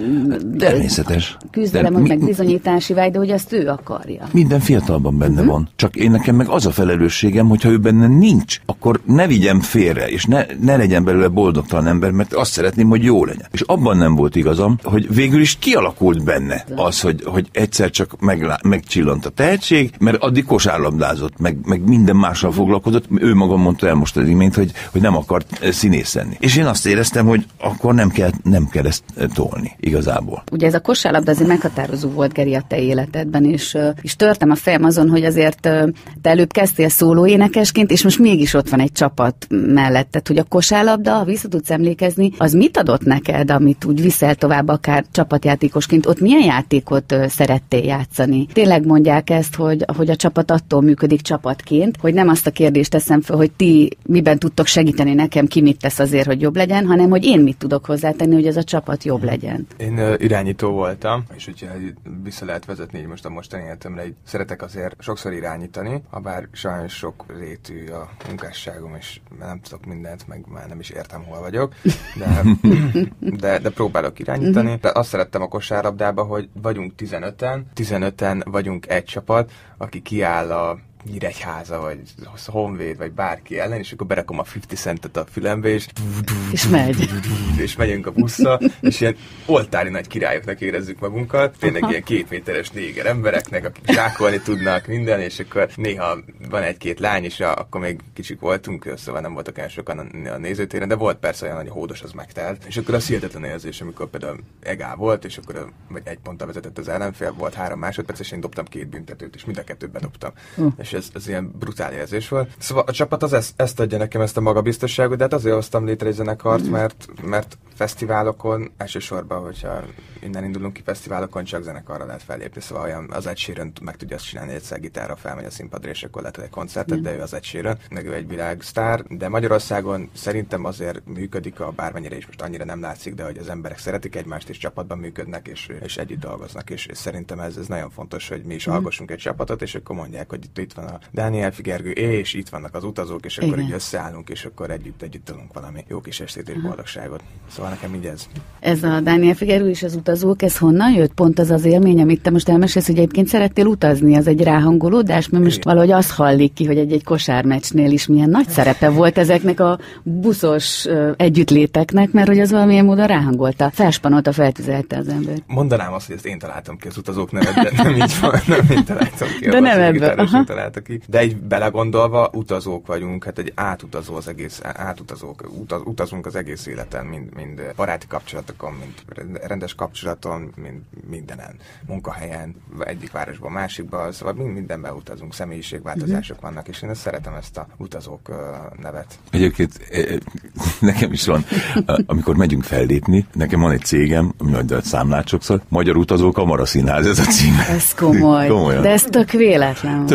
természetes
küzdelem, hogy meg bizonyítási vágy, de hogy azt ő akarja.
Minden fiatalban benne uh-huh. van. Csak én nekem meg az a felelősségem, hogyha ő benne nincs, akkor ne vigyem félre, és ne, ne legyen belőle boldogtalan ember, mert azt szeretném, hogy jó legyen. És abban nem volt igazam, hogy végül is kialakult benne az, hogy, hogy egyszer csak meglá- megcsillant a tehetség, mert addig kosárlabdázott, meg, meg minden mással foglalkozott. Ő maga mondta el most az imént, hogy, hogy nem akart színész lenni. És én azt éreztem, hogy akkor nem kell, nem kell ezt tolni, igazából.
Ugye ez a kosárlabda azért meghatározó volt, Geri, a te életedben, és, és törtem a fejem azon, hogy azért te előbb kezdtél szóló énekesként, és most mégis ott van egy csapat melletted, hogy a kosárlabda, ha vissza tudsz emlékezni, az mit adott neked, amit úgy viszel tovább akár csapatjátékosként? Ott milyen játékot szerettél játszani? Tényleg mondják ezt, hogy, hogy a csapat attól működik csapatként, hogy nem azt a kérdést teszem fel, hogy ti miben tudtok segíteni nekem, ki mit tesz azért, hogy jobb legyen, hanem hogy én mit tudok hozzátenni, hogy ez a csapat jobb legyen.
Én uh, irányító voltam, és hogyha vissza lehet vezetni így most a mostani életemre, így szeretek azért sokszor irányítani, habár sajnos sok rétű a munkásságom, és nem tudok mindent, meg már nem is értem, hol vagyok, de, de, de próbálok irányítani. De azt szerettem a kosárlabdába, hogy vagyunk tizenöten, tizenöten vagyunk egy csapat, aki kiáll a Nyíregyháza, vagy Honvéd, vagy bárki ellen, és akkor berakom a fifty centet a fülembe, és
és megy.
És megyünk a busszal, és ilyen oltári nagy királyoknak érezzük magunkat, tényleg ilyen két méteres néger embereknek, akik zsákolni tudnak, minden, és akkor néha van egy-két lány, és akkor még kicsik voltunk, szóval nem voltak olyan sokan a nézőtéren, de volt persze olyan, hogy a hódos az megtelt, és akkor az hihetetlen érzés, amikor például egál volt, és akkor vagy egy ponttal vezetett az ellenfél, volt három másodperc, és én dobtam két büntetőt, és mind a kettőt bedobtam. Uh. És ez, ez ilyen brutál érzés volt. Szóval a csapat az ezt, ezt adja nekem, ezt a magabiztosságot, de hát azért hoztam létre egy zenekart, mert, mert fesztiválokon, elsősorban, hogyha innen indulunk ki, fesztiválokon csak zenekarra lehet fellépni, szóval olyan az Ed Sheeran meg tudja azt csinálni, egyszer gitárra felmegy a színpadra, és akkor lehet egy koncertet, de ő az Ed Sheeran, meg ő egy világsztár, de Magyarországon szerintem azért működik, a bármennyire is most annyira nem látszik, de hogy az emberek szeretik egymást, és csapatban működnek, és, és együtt dolgoznak, és, és szerintem ez, ez nagyon fontos, hogy mi is alkossunk egy csapatot, és akkor mondják, hogy itt, itt van a Dániel Gergő, és itt vannak az utazók, és akkor így összeállunk, és akkor együtt együtt tudunk valami jó kis estét és boldogságot. Szóval nekem így ez.
Ez a Dániel Gergő és az utazók, ez honnan jött? Pont az az élmény, amit te most elmesélsz, hogy egyébként szerettél utazni, az egy ráhangolódás, mert most valahogy az hallik ki, hogy egy-egy kosármeccsnél is milyen nagy szerepe volt ezeknek a buszos uh, együttléteknek, mert hogy az valamilyen módon ráhangolta, felspanolta, feltüzelte az ember.
Mondanám azt, hogy ezt én találtam ki az utazók nevet, de nem így van, nem én találtam ki.
De nem ebből.
Ki. De egy belegondolva utazók vagyunk, hát egy átutazó az egész, átutazók, utaz, utazunk az egész életen, mind, mind baráti kapcsolatokon, mind rendes kapcsolaton, mind mindenen, munkahelyen, egyik városban, másikban, szóval mind, mindenben utazunk, személyiségváltozások uh-huh. vannak, és én ezt szeretem, ezt a utazók uh, nevet.
Egyébként nekem is van, amikor megyünk fellépni, nekem van egy cégem, ami nagy számlát sokszor, Magyar Utazó Kamara Színház, ez a cím.
Ez komoly. Komolyan. De ez tök véletlen.
Tök véletlen.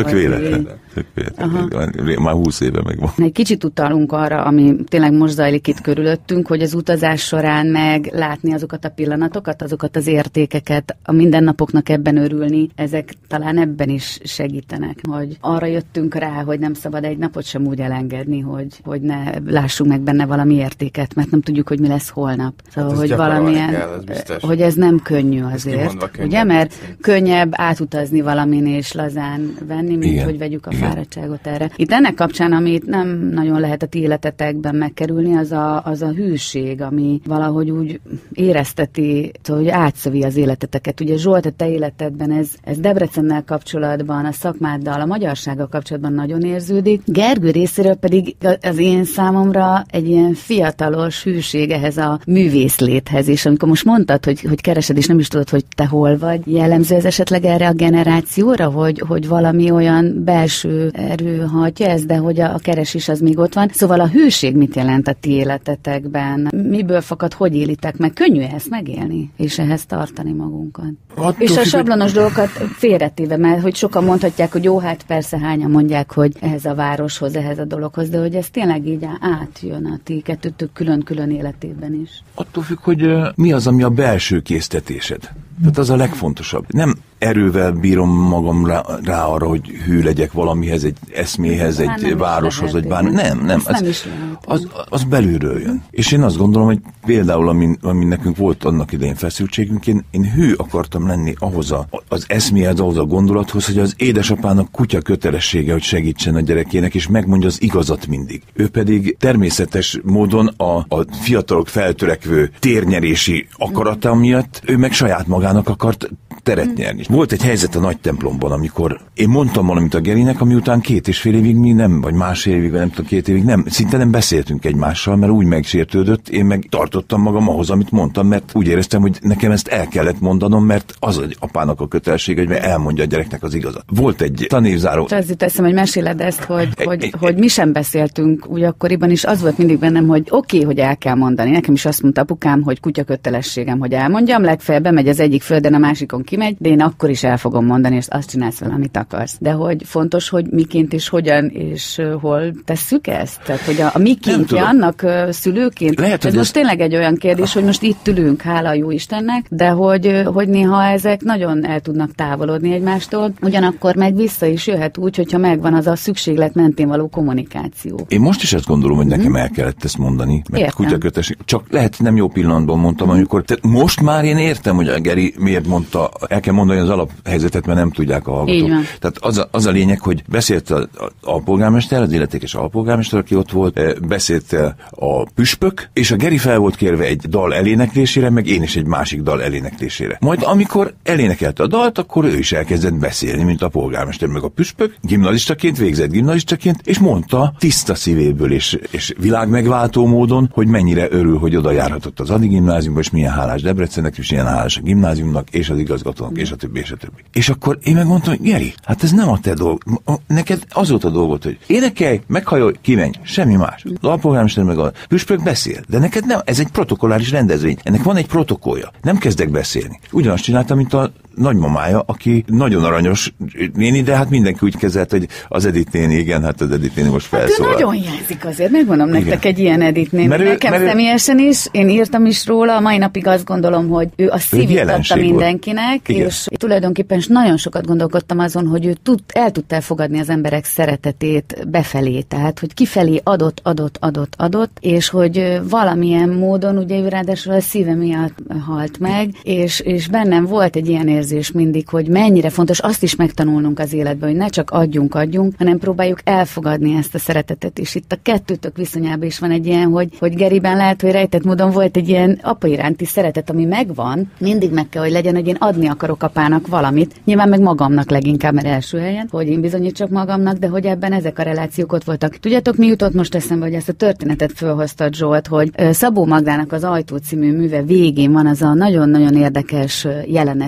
Már húsz éve megvan.
Egy kicsit utalunk arra, ami tényleg most zajlik itt körülöttünk, hogy az utazás során meg látni azokat a pillanatokat, azokat az értékeket, a mindennapoknak ebben örülni, ezek talán ebben is segítenek, hogy arra jöttünk rá, hogy nem szabad egy napot sem úgy elengedni, hogy, hogy ne lássunk meg benne valami értéket, mert nem tudjuk, hogy mi lesz holnap. Szóval, hát hogy valamilyen, kell, hogy ez nem könnyű azért, ugye, mert könnyebb átutazni valamin és lazán venni, mint igen, hogy vegyük a igen. fáradtságot erre. Itt ennek kapcsán, amit nem nagyon lehet a ti életetekben megkerülni, az a, az a hűség, ami valahogy úgy érezteti, hogy átszövi az életeteket. Ugye Zsolt, a te életedben ez, ez Debrecennel kapcsolatban, a szakmáddal, a magyarsággal kapcsolatban nagyon érződik. Gergő részéről pedig az én számomra egy ilyen fiatalos hűség ehhez a művészléthez, és amikor most mondtad, hogy, hogy keresed, és nem is tudod, hogy te hol vagy, jellemző ez esetleg erre a generációra, hogy, hogy valami olyan belső erő hajtja ezt, de hogy a, a keresés az még ott van. Szóval a hűség mit jelent a ti életetekben? Miből fakad, hogy élitek meg? Könnyű ezt megélni, és ehhez tartani magunkat. Attól és a sablonos hogy... dolgokat félretéve, mert hogy sokan mondhatják, hogy jó, hát persze hányan mondják, hogy ehhez a városhoz, ehhez a dologhoz, de hogy ez tényleg így átjön a ti kettőtök külön-külön életében is.
Attól függ, hogy uh, mi az, ami a belső késztetésed. Tehát az a legfontosabb. Nem erővel bírom magam rá, rá arra, hogy hű legyek valamihez, egy eszméhez, egy nem városhoz, vagy bármi. Nem, nem. Az, nem az, az belülről jön. És én azt gondolom, hogy például, amin, amin nekünk volt annak idején feszültségünk, én, én hű akartam lenni ahhoz a, az eszméhez, ahhoz a gondolathoz, hogy az édesapának kutya kötelessége, hogy segítsen a gyerekének, és megmondja az igazat mindig. Ő pedig természetes módon a, a fiatalok feltörekvő térnyerési akarata miatt, ő meg saját magának akart teret nyerni. Volt egy helyzet a nagy templomban, amikor én mondtam valamit a Gerinek, ami után két és fél évig mi nem, vagy másfél évig, vagy nem tudom, két évig nem, szinte nem beszéltünk egymással, mert úgy megsértődött, én meg tartottam magam ahhoz, amit mondtam, mert úgy éreztem, hogy nekem ezt el kellett mondanom, mert az az apának a kötelessége, hogy elmondja a gyereknek az igazat. Volt egy tanévzáró.
Azt jut eszem, hogy meséled ezt, hogy, e, hogy, e, hogy mi sem beszéltünk úgy akkoriban is, az volt mindig bennem, hogy oké, okay, hogy el kell mondani. Nekem is azt mondta apukám, hogy kutya kötelességem, hogy elmondjam, legfeljebb bemegy az egyik földön, a másikon kimegy, de én akkor is el fogom mondani, és azt csinálsz vele, amit akarsz. De hogy fontos, hogy miként és hogyan és uh, hol tesszük ezt? Tehát, hogy a, a mikéntje annak uh, szülőként. Lehet, ez most ez... tényleg egy olyan kérdés, hogy most itt ülünk, hála a jó Istennek, de hogy, uh, hogy néha ezek nagyon el tudnak távolodni egymástól, ugyanakkor meg vissza is jöhet úgy, hogyha megvan az a szükséglet mentén való kommunikáció.
Én most is azt gondolom, hogy nekem el kellett ezt mondani, mert kutyakötesség. Csak lehet nem jó pillanatban mondtam, amikor te, most már én értem, hogy a Geri miért mondta, el kell mondani az alaphelyzetet, mert nem tudják a hallgatók. Tehát az a, az a lényeg, hogy beszélt a, a, a polgármester, az illetékes alpolgármester, aki ott volt, beszélt a püspök, és a Geri fel volt kérve egy dal eléneklésére, meg én is egy másik dal eléneklésére. Majd amikor elénekelte a dalt, akkor ő is elkezdett beszélni, mint a polgármester, meg a püspök, gimnazistaként, végzett gimnazistaként, és mondta tiszta szívéből és, és világmegváltó módon, hogy mennyire örül, hogy oda járhatott az Adi gimnáziumba, és milyen hálás Debrecennek, és milyen hálás a gimnáziumnak, és az igazgatónak, és a többi, és a többi. És akkor én megmondtam, hogy Geri, hát ez nem a te dolg. Neked az volt a dolgot, hogy énekelj, meghajolj, kimenj, semmi más. Az alpolgármester meg a püspök beszél, de neked nem, ez egy protokolláris rendezvény. Ennek van egy protokollja. Nem kezdek beszélni. Ugyanazt csináltam, mint a nagymamája, aki nagyon aranyos néni, de hát mindenki úgy kezelt, hogy az Edith néni, igen, hát az Edith néni most felszólal. Hát ő nagyon
jelzik azért, megmondom nektek egy ilyen Edith néni. Mert Nekem mert személyesen is, én írtam is róla, a mai napig azt gondolom, hogy ő a szívét adta mindenkinek, igen. És tulajdonképpen nagyon sokat gondolkodtam azon, hogy ő tud, el tudta fogadni az emberek szeretetét befelé, tehát, hogy kifelé adott, adott, adott, adott, és hogy valamilyen módon, ugye ő ráadásul a szíve miatt halt meg, és, és bennem volt egy ilyen érzés mindig, hogy mennyire fontos azt is megtanulnunk az életben, hogy ne csak adjunk, adjunk, hanem próbáljuk elfogadni ezt a szeretetet, és itt a kettőtök viszonyában is van egy ilyen, hogy, hogy Geriben lehet, hogy rejtett módon volt egy ilyen apa iránti szeretet, ami megvan, mindig meg kell, hogy legyen, hogy én adni akarok apának valamit, nyilván meg magamnak leginkább, mert első helyen, hogy én bizonyítsak magamnak, de hogy ebben ezek a relációk ott voltak. Tudjátok, mi jutott most eszembe, hogy ezt a történetet fölhoztad, Zsolt, hogy Szabó Magdának az Ajtó című műve végén van az a nagyon-nagyon érdekes jelenet, amikor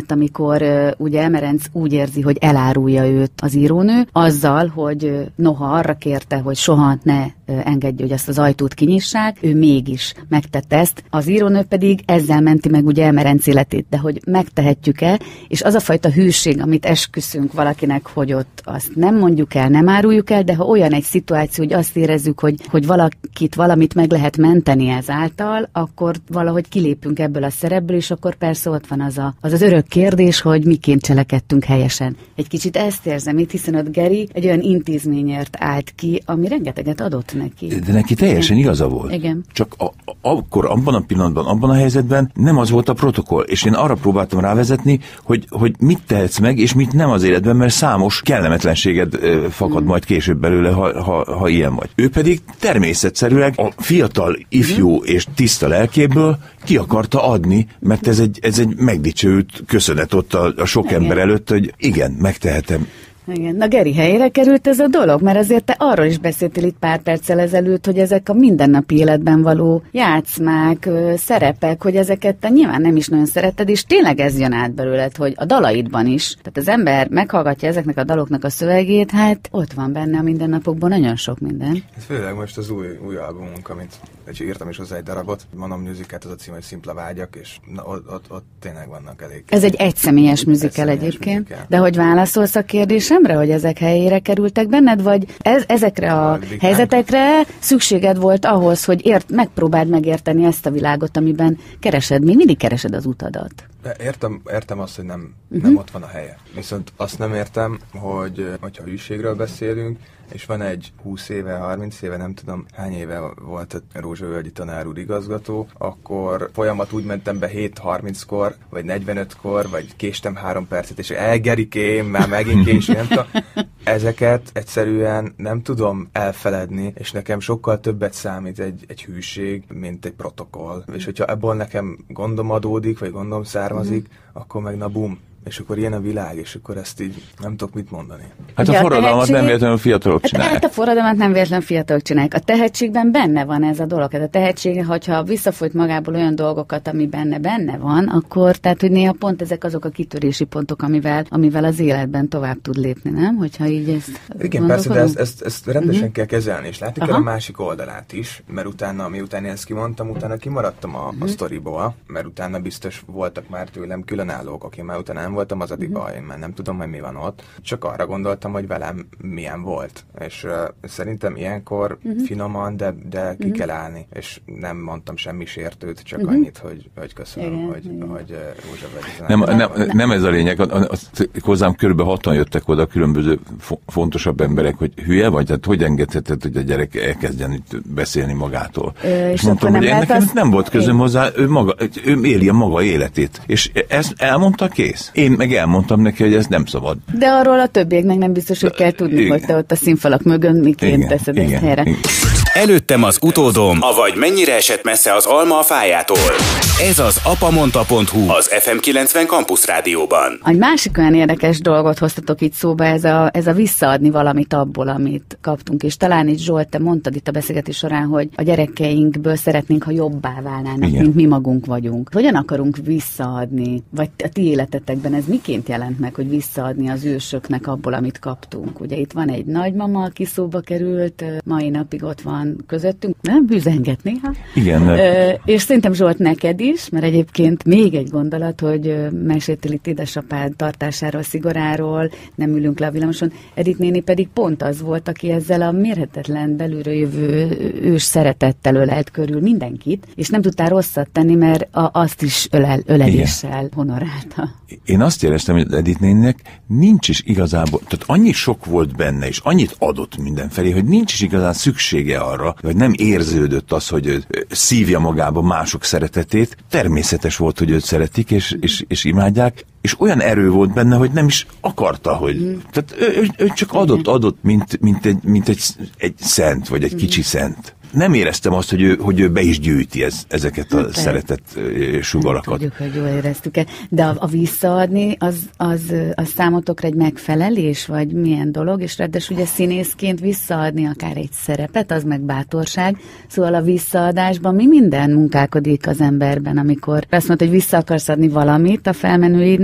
amikor uh, ugye Emerenc úgy érzi, hogy elárulja őt az írónő, azzal, hogy uh, noha arra kérte, hogy soha ne uh, engedje, hogy ezt az ajtót kinyissák, ő mégis megtette ezt. Az írónő pedig ezzel menti meg ugye Emerenc életét, de hogy megtehetjük-e, és az a fajta hűség, amit esküszünk valakinek, hogy ott azt nem mondjuk el, nem áruljuk el, de ha olyan egy szituáció, hogy azt érezzük, hogy, hogy valakit, valamit meg lehet menteni ezáltal, akkor valahogy kilépünk ebből a szerepből, és akkor persze ott van az a, az, az örök kérdés, hogy miként cselekedtünk helyesen. Egy kicsit ezt érzem itt, hiszen ott Geri egy olyan intézményért állt ki, ami rengeteget adott neki.
De neki teljesen igaza volt.
Igen.
Csak a, a, akkor, abban a pillanatban, abban a helyzetben nem az volt a protokoll, és én arra próbáltam rávezetni, hogy, hogy mit tehetsz meg, és mit nem az életben, mert számos kellemetlenséged ö, fakad mm. majd később belőle, ha, ha, ha ilyen vagy. Ő pedig természetszerűen a fiatal, ifjú mm. és tiszta lelkéből ki akarta adni, mert ez egy, ez egy megdicsőült köszönet ott a, a sok igen. ember előtt, hogy igen, megtehetem.
Igen. Na Geri, helyére került ez a dolog? Mert azért te arról is beszéltél itt pár perccel ezelőtt, hogy ezek a mindennapi életben való játszmák, szerepek, hogy ezeket te nyilván nem is nagyon szereted, és tényleg ez jön át belőled, hogy a dalaidban is. Tehát az ember meghallgatja ezeknek a daloknak a szövegét, hát ott van benne a mindennapokban nagyon sok minden.
Ez főleg most az új, új albumunk, amit írtam is hozzá egy darabot, Manom Musical, az a cím, hogy Szimpla vágyak, és na, ott, ott, ott tényleg vannak elég.
Ez egy egyszemélyes musical egyébként, musical. De hogy válaszolsz a kérdésemre, hogy ezek helyére kerültek benned, vagy ez, ezekre a, a helyzetekre szükséged volt ahhoz, hogy ért, megpróbáld megérteni ezt a világot, amiben keresed, még mindig keresed az utadat.
Értem, értem azt, hogy nem,
uh-huh.
nem ott van a helye. Viszont azt nem értem, hogy hogyha hűségről beszélünk, és van egy húsz éve, harminc éve, nem tudom hány éve volt a Rózsavölgyi tanár úr igazgató, akkor folyamat úgy mentem be hét harminckor, vagy negyvenötkor, vagy késtem három percet, és elgerikém, már megint késő, nem tudom. Ezeket egyszerűen nem tudom elfeledni, és nekem sokkal többet számít egy, egy hűség, mint egy protokoll. És hogyha ebből nekem gondom adódik, vagy gondom származik, mm. akkor meg na bum. És akkor ilyen a világ, és akkor ezt így nem tudok mit mondani.
Hát ugye a forradalmat tehetség... nem véletlenül fiatalok csinálják.
Hát, hát a forradalmat nem véletlenül fiatalok csinálják. A tehetségben benne van ez a dolog. Hát a tehetség, hogyha visszafolyt magából olyan dolgokat, ami benne benne van, akkor tehát, hogy néha pont ezek azok a kitörési pontok, amivel, amivel az életben tovább tud lépni, nem? Hogyha így ezt
igen, persze, de ezt, ezt, ezt rendesen uh-huh. kell kezelni, és látni kell a másik oldalát is, mert utána, miután én ezt kimondtam, utána kimaradtam a, uh-huh. a sztoriból, mert utána biztos voltak már tőlem különállók, akik már utána nem voltam az addig baj, én már nem tudom, hogy mi van ott. Csak arra gondoltam, hogy velem milyen volt. És uh, szerintem ilyenkor uh-huh. finoman, de, de ki uh-huh. kell állni. És nem mondtam semmi sértőt, csak uh-huh. annyit, hogy, hogy köszönöm, igen, hogy, igen. hogy uh, Rózsavölgyi.
Nem, nem, nem ez a lényeg. Hozzám körülbelül hatan jöttek oda különböző fontosabb emberek, hogy hülye vagy, tehát hogy engedheted, hogy a gyerek elkezdjen itt beszélni magától. Ö, és, és mondtam, hogy ennek az... nem volt közöm hozzá, ő, maga, ő éli a maga életét. És ezt elmondta, kész. Én meg elmondtam neki, hogy ez nem szabad.
De arról a többieknek nem biztos, hogy kell tudni, igen. hogy te ott a színfalak mögön miként igen, teszed
igen,
ezt helyre.
Igen.
Előttem az utódom, avagy mennyire esett messze az alma a fájától. Ez az apamonta pont hu az ef em kilencven Campus Rádióban.
Egy másik olyan érdekes dolgot hoztatok itt szóba, ez a, ez a visszaadni valamit abból, amit kaptunk. És talán itt Zsolt, te mondtad itt a beszélgetés során, hogy a gyerekeinkből szeretnénk, ha jobbá válnának, igen. mint mi magunk vagyunk. Hogyan akarunk visszaadni, vagy a ti életetekben ez miként jelent meg, hogy visszaadni az ősöknek abból, amit kaptunk? Ugye itt van egy nagymama, aki szóba került, mai napig ott van közöttünk, nem bűzenget néha.
Igen.
Ö, és szerintem Zsolt neked is, mert egyébként még egy gondolat, hogy meséltél itt édesapád tartásáról, szigoráról, nem ülünk le a villamoson. Edith néni pedig pont az volt, aki ezzel a mérhetetlen belülről jövő ős szeretettel ölelt körül mindenkit, és nem tudtál rosszat tenni, mert a, azt is ölel, öleléssel igen. honorálta.
Én azt éreztem, hogy Edith néninek nincs is igazából, tehát annyi sok volt benne, és annyit adott mindenfelé, hogy nincs is igazán szüksége arra, hogy nem érződött az, hogy ő szívja magába mások szeretetét. Természetes volt, hogy őt szeretik, és, és, és imádják, és olyan erő volt benne, hogy nem is akarta, hogy... Mm. Tehát ő, ő, ő csak adott, adott, mint, mint, egy, mint egy, egy szent, vagy egy mm. kicsi szent. Nem éreztem azt, hogy ő, hogy ő be is gyűjti ez, ezeket a hát, szeretett uh, sugarakat.
Tudjuk, hogy jól éreztük-e. De a, a visszaadni, az, az, az számotokra egy megfelelés, vagy milyen dolog? És ráadásul ugye színészként visszaadni akár egy szerepet, az meg bátorság. Szóval a visszaadásban mi minden munkálkodik az emberben, amikor azt mondta, hogy vissza akarsz adni valamit a felmenőidnek,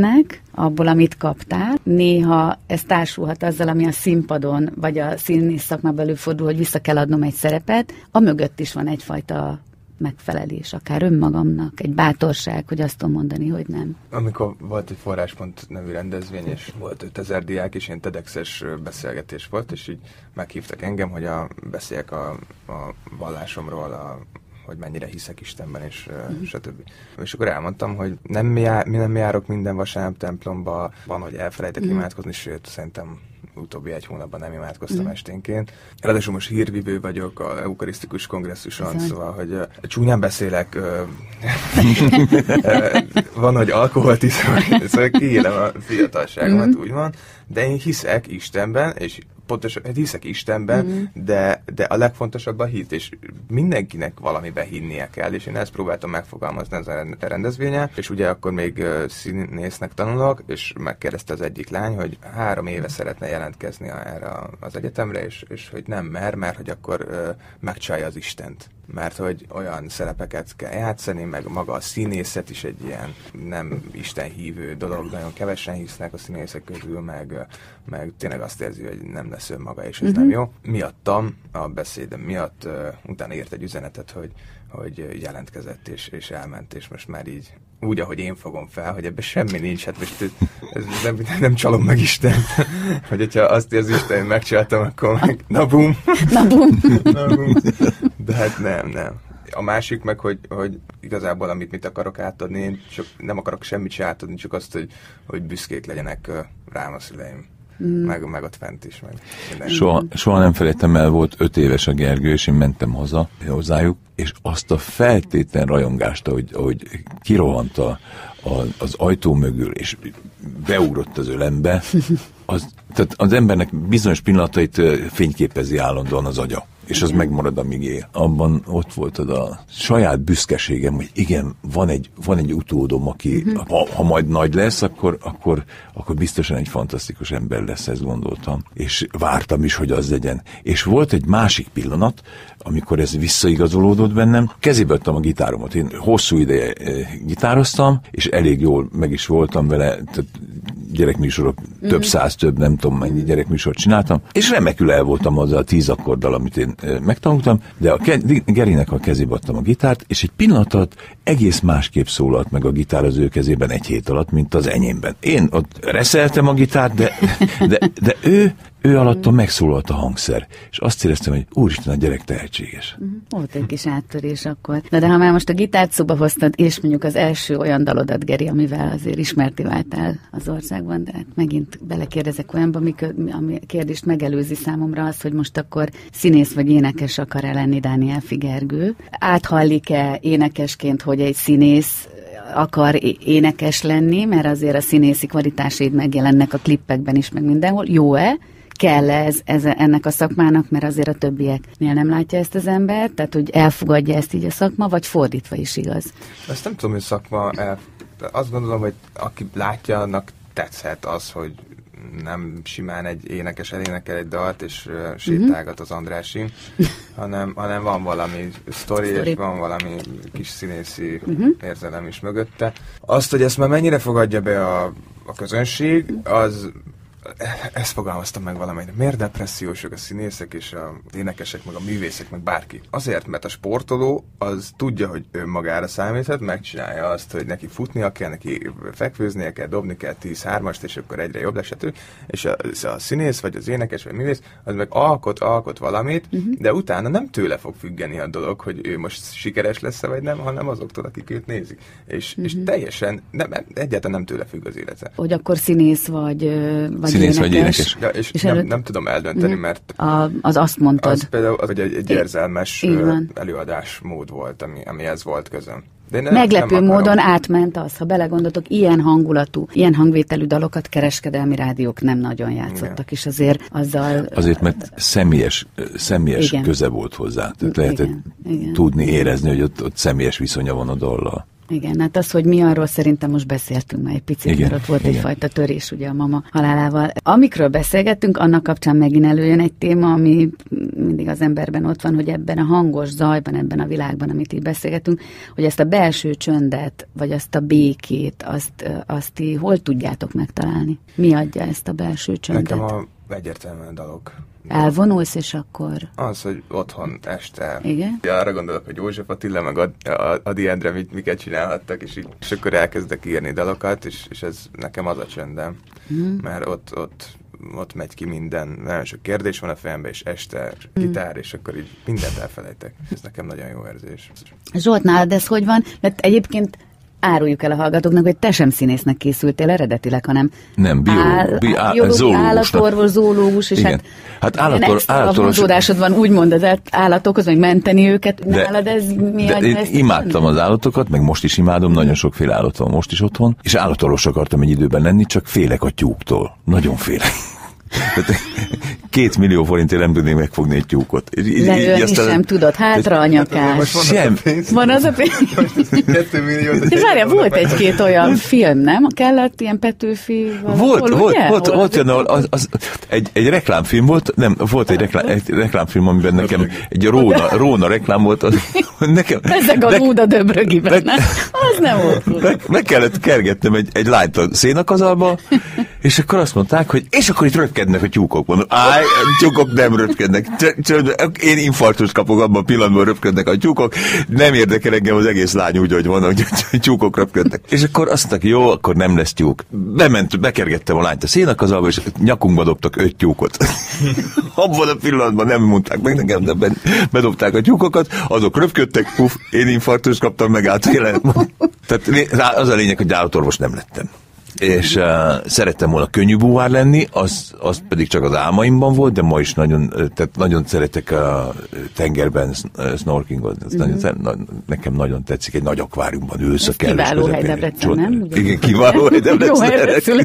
abból, amit kaptál. Néha ez társulhat azzal, ami a színpadon, vagy a színész szakmában előfordul, hogy vissza kell adnom egy szerepet. A mögött is van egyfajta megfelelés, akár önmagamnak, egy bátorság, hogy azt tudom mondani, hogy nem.
Amikor volt egy Forráspont nevű rendezvény, és volt ötezer diák, és ilyen TEDx-es beszélgetés volt, és így meghívtak engem, hogy a, beszéljek a, a vallásomról, a, hogy mennyire hiszek Istenben, és uh-huh. stb. És akkor elmondtam, hogy nem, jár, mi nem járok minden vasárnap templomba, van, hogy elfelejtek uh-huh. imádkozni, sőt, szerintem utóbbi egy hónapban nem imádkoztam mm. esténként. Ráadásul most hírvivő vagyok a eukarisztikus kongresszuson, Viszont. Szóval, hogy uh, csúnyán beszélek, uh, van, hogy alkoholt iszom, szóval kiélem a fiatalságomat, mm. úgy van, de én hiszek Istenben, és pontosan, hiszek Istenben, mm. de, de a legfontosabb a hit, és mindenkinek valamiben hinnie kell, és én ezt próbáltam megfogalmazni ezen a rendezvényen, és ugye akkor még uh, színésznek tanulok, és megkérdezte az egyik lány, hogy három éve szeretne jelentkezni erre az egyetemre, és, és hogy nem mer, mert hogy akkor uh, megcsalja az Istent. Mert hogy olyan szerepeket kell játszani, meg maga a színészet is egy ilyen nem istenhívő dolog, nagyon kevesen hisznek a színészek közül, meg, meg tényleg azt érzi, hogy nem lesz önmaga, és ez uh-huh. nem jó. Miattam, a beszédem miatt uh, utána írt egy üzenetet, hogy, hogy jelentkezett, és, és elment, és most már így úgy, ahogy én fogom fel, hogy ebben semmi nincs, hát most ez, ez nem, nem csalom meg Istent, hogy hogyha azt érzi Isten, hogy megcsináltam, akkor meg na bum,
na bum,
na bum. De hát nem, nem. A másik meg, hogy, hogy igazából amit mit akarok átadni, én csak nem akarok semmit se átadni, csak azt, hogy, hogy büszkék legyenek rám a szüleim. Mm. Meg, meg ott fent is. Meg
soha, soha nem felejtem el, volt öt éves a Gergő, és én mentem haza hozzájuk, és azt a feltétlen rajongást, ahogy, ahogy kirohant a, a, az ajtó mögül, és beugrott az ölembe, az, tehát az embernek bizonyos pillanatait fényképezi állandóan az agya. És az megmarad, amíg él. Abban ott volt az a saját büszkeségem, hogy igen, van egy, van egy utódom, aki uh-huh. ha, ha majd nagy lesz, akkor, akkor, akkor biztosan egy fantasztikus ember lesz, ezt gondoltam. És vártam is, hogy az legyen. És volt egy másik pillanat, amikor ez visszaigazolódott bennem. Kezébe adtam a gitáromat. Én hosszú ideje gitároztam, és elég jól meg is voltam vele, tehát gyerekműsorok, mm. több száz, több nem tudom mennyi gyerekműsort csináltam, és remekül el voltam azzal a tíz akkorddal, amit én e, megtanultam, de a ke- Gerinek a kezébe adtam a gitárt, és egy pillanat alatt egész másképp szólalt meg a gitár az ő kezében egy hét alatt, mint az enyémben. Én ott reszeltem a gitárt, de, de, de ő ő alattam megszólalt a hangszer, és azt éreztem, hogy úristen, a gyerek tehetséges.
Uh-huh. Volt egy kis áttörés akkor. Na de ha már most a gitárt szóba hoztad, és mondjuk az első olyan dalodat, Geri, amivel azért ismerté váltál az országban, de hát megint belekérdezek olyanba, ami a kérdést megelőzi számomra az, hogy most akkor színész vagy énekes akar-e lenni Dániel Gergő. Áthallik-e énekesként, hogy egy színész akar énekes lenni, mert azért a színészi kvalitásaid megjelennek a klippekben is, meg mindenhol. Jó-e? Kell ez, ez ennek a szakmának, mert azért a többieknél nem látja ezt az ember, tehát hogy elfogadja ezt így a szakma, vagy fordítva is igaz?
Ezt nem tudom, hogy szakma, el... azt gondolom, hogy aki látja, annak tetszhet az, hogy nem simán egy énekes elénekel egy dalt, és uh, sétálgat az Andrásin, hanem, hanem van valami sztori, és van valami kis színészi uh-huh. érzelem is mögötte. Azt, hogy ezt már mennyire fogadja be a, a közönség, az ezt fogalmaztam meg valamelyik. Miért depressziósok a színészek és a énekesek, meg a művészek, meg bárki? Azért, mert a sportoló az tudja, hogy önmagára számíthat, megcsinálja azt, hogy neki futnia kell, neki fekvőznie kell, dobni kell tíz-hármast, és akkor egyre jobb lesető. És a, a színész, vagy az énekes, vagy a művész, az meg alkot, alkot valamit, uh-huh. de utána nem tőle fog függeni a dolog, hogy ő most sikeres lesz-e, vagy nem, hanem azoktól, akik őt nézik. És, uh-huh. és teljesen, nem, egyáltalán nem tőle függ az élete.
Hogy akkor színész vagy, vagy
színész vagy énekes.
Ja, és, és nem, elő... nem tudom eldönteni, mert
a, az azt mondtad.
Az például az, egy, egy érzelmes előadásmód volt, ami, ami ez volt közöm. De ne,
meglepő nem módon átment az, ha belegondoltok, ilyen hangulatú, ilyen hangvételű dalokat kereskedelmi rádiók nem nagyon játszottak, igen. és azért azzal...
Azért, mert személyes, személyes köze volt hozzá. Tehát lehetett igen, igen. tudni, érezni, hogy ott, ott személyes viszonya van a dallal.
Igen, hát az, hogy mi arról szerintem most beszéltünk már egy picit, igen, mert ott volt igen. egyfajta törés ugye a mama halálával. Amikről beszélgettünk, annak kapcsán megint előjön egy téma, ami mindig az emberben ott van, hogy ebben a hangos zajban, ebben a világban, amit így beszélgetünk, hogy ezt a belső csöndet, vagy azt a békét, azt, azt ti hol tudjátok megtalálni? Mi adja ezt a belső csöndet?
Nekem a egyértelműen dalok.
Elvonulsz, és akkor...
Az, hogy otthon este.
Igen?
Ja, arra gondolok, hogy József Attila meg Ad, Adi Endre mit, miket csinálhattak, és, így, és akkor elkezdek írni dalokat, és, és ez nekem az a csöndem. Mm. Mert ott, ott, ott megy ki minden, nagyon sok kérdés van a fejemben, és este mm. gitár, és akkor így mindent elfelejtek. Ez nekem nagyon jó érzés.
Zsolt, nálad ez hogy van? Mert egyébként áruljuk el a hallgatóknak, hogy te sem színésznek készültél eredetileg, hanem
nem, biológus, áll, bi, áll,
állatorvos, zoológus, és
igen.
hát,
hát állator,
állatorvos... vonzódásod van úgymond az állatokhoz, meg menteni őket, de, nálad ez mi
de én
ezt
imádtam az állatokat, meg most is imádom, nagyon sokféle állat van most is otthon, és állatorvos akartam egy időben lenni, csak félek a tyúktól. Nagyon félek. Két millió forintért nem tudnék megfogni egy tyúkot.
Leülni aztán... sem tudod, hátra a nyakás.
Sem.
Van az a pénz. De várjál, volt egy-két olyan film, nem? Kellett ilyen Petőfi valahol,
volt,
ugye?
volt, volt, volt olyan, az, az, egy, egy reklámfilm volt, nem, volt egy, reklám, egy reklámfilm, amiben nekem egy Róna, Róna reklám volt. Az, nekem,
ezek a Lúda Döbrögiben, ne? Az nem volt.
Meg, meg kellett kergetnem egy, egy lányt a szénakazalba, és akkor azt mondták, hogy és akkor itt röpkednek a tyúkok. Mondom, áj, a tyúkok nem röpkednek. Én infarktust kapok abban a pillanatban, röpkednek a tyúkok. Nem érdekel engem az egész lány úgy, hogy van, hogy a tyúkok röpkednek. És akkor azt mondták, jó, akkor nem lesz tyúk. Bement, bekergettem a lányt a szénakazalba, és nyakunkba dobtak öt tyúkot. Abban a pillanatban nem mondták meg nekem, de bedobták a tyúkokat, azok röpködtek, puf, én infarktust kaptam, megállt a jelenet. Tehát az a lényeg, hogy állatorvos nem lettem. És uh, szerettem volna könnyű búvár lenni, az, az pedig csak az álmaimban volt, de ma is nagyon, tehát nagyon szeretek a tengerben snorkelingozni. Mm-hmm. Nagyon, nekem nagyon tetszik, egy nagy akváriumban ülsz a kellős
kiváló hely Debrecen, nem? Ugye?
Igen, kiváló hely Debrecen.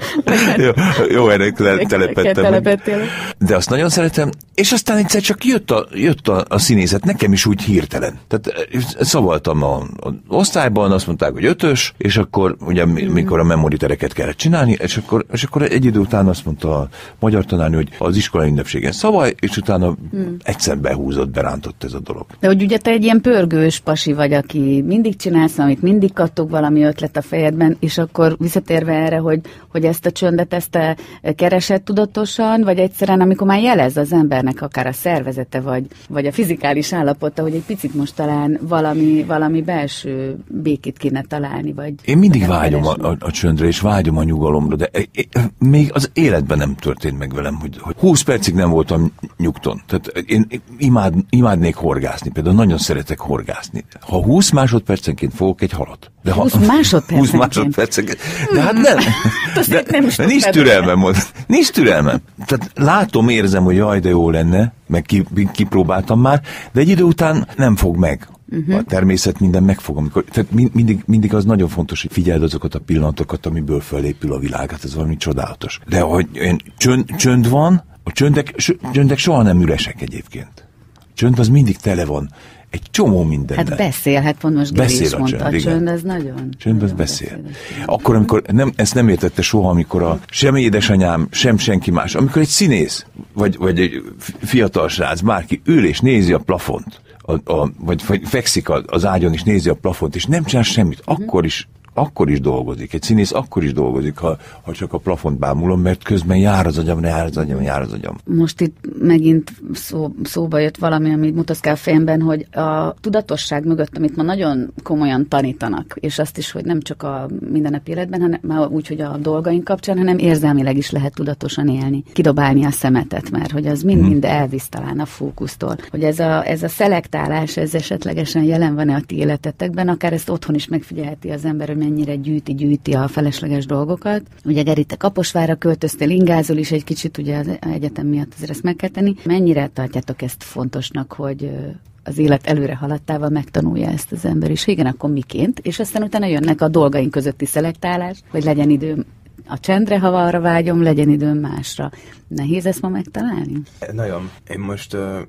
Jó, jó helyre telepettem. De azt nagyon szeretem, és aztán egyszer csak jött a, jött a, a színészet, nekem is úgy hirtelen. Tehát szavaltam a, a osztályban, azt mondták, hogy ötös, és akkor ugye mm-hmm. mikor a memoritereket kellett csinálni, és akkor, és akkor egy idő után azt mondta a magyar tanárnő, hogy az iskola ünnepségen szavaj, és utána hmm. egyszer behúzott, berántott ez a dolog.
De hogy ugye te egy ilyen pörgős pasi vagy, aki mindig csinálsz, amit mindig kattog valami ötlet a fejedben, és akkor visszatérve erre, hogy, hogy ezt a csöndet, ezt te keresed tudatosan, vagy egyszerűen, amikor már jelez az embernek akár a szervezete, vagy, vagy a fizikális állapota, hogy egy picit most talán valami, valami belső békét kéne találni, vagy...
Én mindig vágyom a, a, a csöndre, és vágyom a nyugalomra, de e, e, még az életben nem történt meg velem, hogy, hogy húsz percig nem voltam nyugton. Tehát én imád, imádnék horgászni, például nagyon szeretek horgászni. Ha húsz másodpercenként fogok egy halat.
De ha, húsz másodpercenként?
húsz másodpercenként. De hát nem. De, nem de nincs türelmem. Nincs türelmem. Tehát látom, érzem, hogy jaj, de jó lenne, meg ki, kipróbáltam már, de egy idő után nem fog meg. Uh-huh. A természet minden megfog, amikor, tehát mindig, mindig az nagyon fontos, hogy figyeld azokat a pillanatokat, amiből fölépül a világ, hát ez valami csodálatos. De hogy csönd, csönd van, a csöndek, csöndek soha nem üresek egyébként. A csönd az mindig tele van, egy csomó mindennel.
Hát beszél, hát pont most Geri is mondta, a csönd az nagyon...
Csönd az beszél. beszél. Akkor, amikor nem, ezt nem értette soha, amikor a sem édesanyám, sem senki más, amikor egy színész, vagy, vagy egy fiatal srác, bárki ül és nézi a plafont, A, a, vagy, vagy fekszik az ágyon, és nézi a plafont, és nem csinál semmit, uh-huh. akkor is akkor is dolgozik. Egy színész akkor is dolgozik, ha, ha csak a plafont bámulom, mert közben jár az agyam, jár az agyam, jár az agyam.
Most itt megint szó, szóba jött valami, amit mutatsz fejemben, hogy a tudatosság mögött, amit ma nagyon komolyan tanítanak, és azt is, hogy nem csak a mindennapi életben, hanem már úgy, hogy a dolgaink kapcsán, hanem érzelmileg is lehet tudatosan élni. Kidobálni a szemetet, mert hogy az mind-mind hmm. elvisz talán a fókusztól. Hogy ez a, ez a szelektálás, ez esetlegesen jelen van-e a ti életetekben, akár ezt otthon is megfigyelheti az ember, hogy mennyire gyűjti-gyűjti a felesleges dolgokat. Ugye Geri, te Kaposvárra költöztél, ingázol is egy kicsit, ugye az egyetem miatt azért ezt meg kell tenni. Mennyire tartjátok ezt fontosnak, hogy az élet előre haladtával megtanulja ezt az ember is? Igen, akkor miként? És aztán utána jönnek a dolgaink közötti szelektálás, hogy legyen időm a csendre, ha arra vágyom, legyen időm másra. Nehéz ezt ma megtalálni?
Nagyon. Én most uh,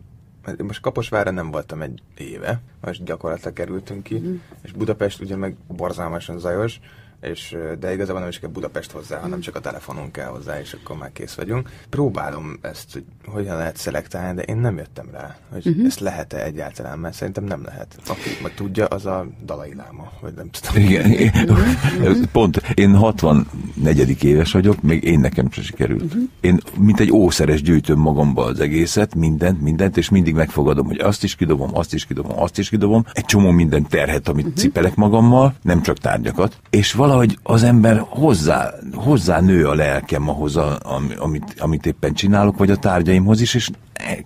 most Kaposvárra nem voltam egy éve, most gyakorlatilag kerültünk ki, mm. és Budapest ugye meg borzalmasan zajos, és, de igazából nem is kell Budapest hozzá, hanem csak a telefonunk kell hozzá, és akkor már kész vagyunk. Próbálom ezt, hogy hogyan lehet szelektálni, de én nem jöttem rá, hogy uh-huh. ezt lehet-e egyáltalán, mert szerintem nem lehet. Aki meg tudja, az a Dalai Láma, vagy nem tudom.
Igen, pont én hatvannegyedik éves vagyok, még én nekem sem sikerült. Uh-huh. Én mint egy ószeres gyűjtöm magamba az egészet, mindent, mindent, és mindig megfogadom, hogy azt is kidobom, azt is kidobom, azt is kidobom, egy csomó minden terhet, amit uh-huh. cipelek magammal, nem csak tárgyakat, és valahogy az ember hozzá, hozzá nő a lelkem ahhoz, a, amit, amit éppen csinálok, vagy a tárgyaimhoz is, és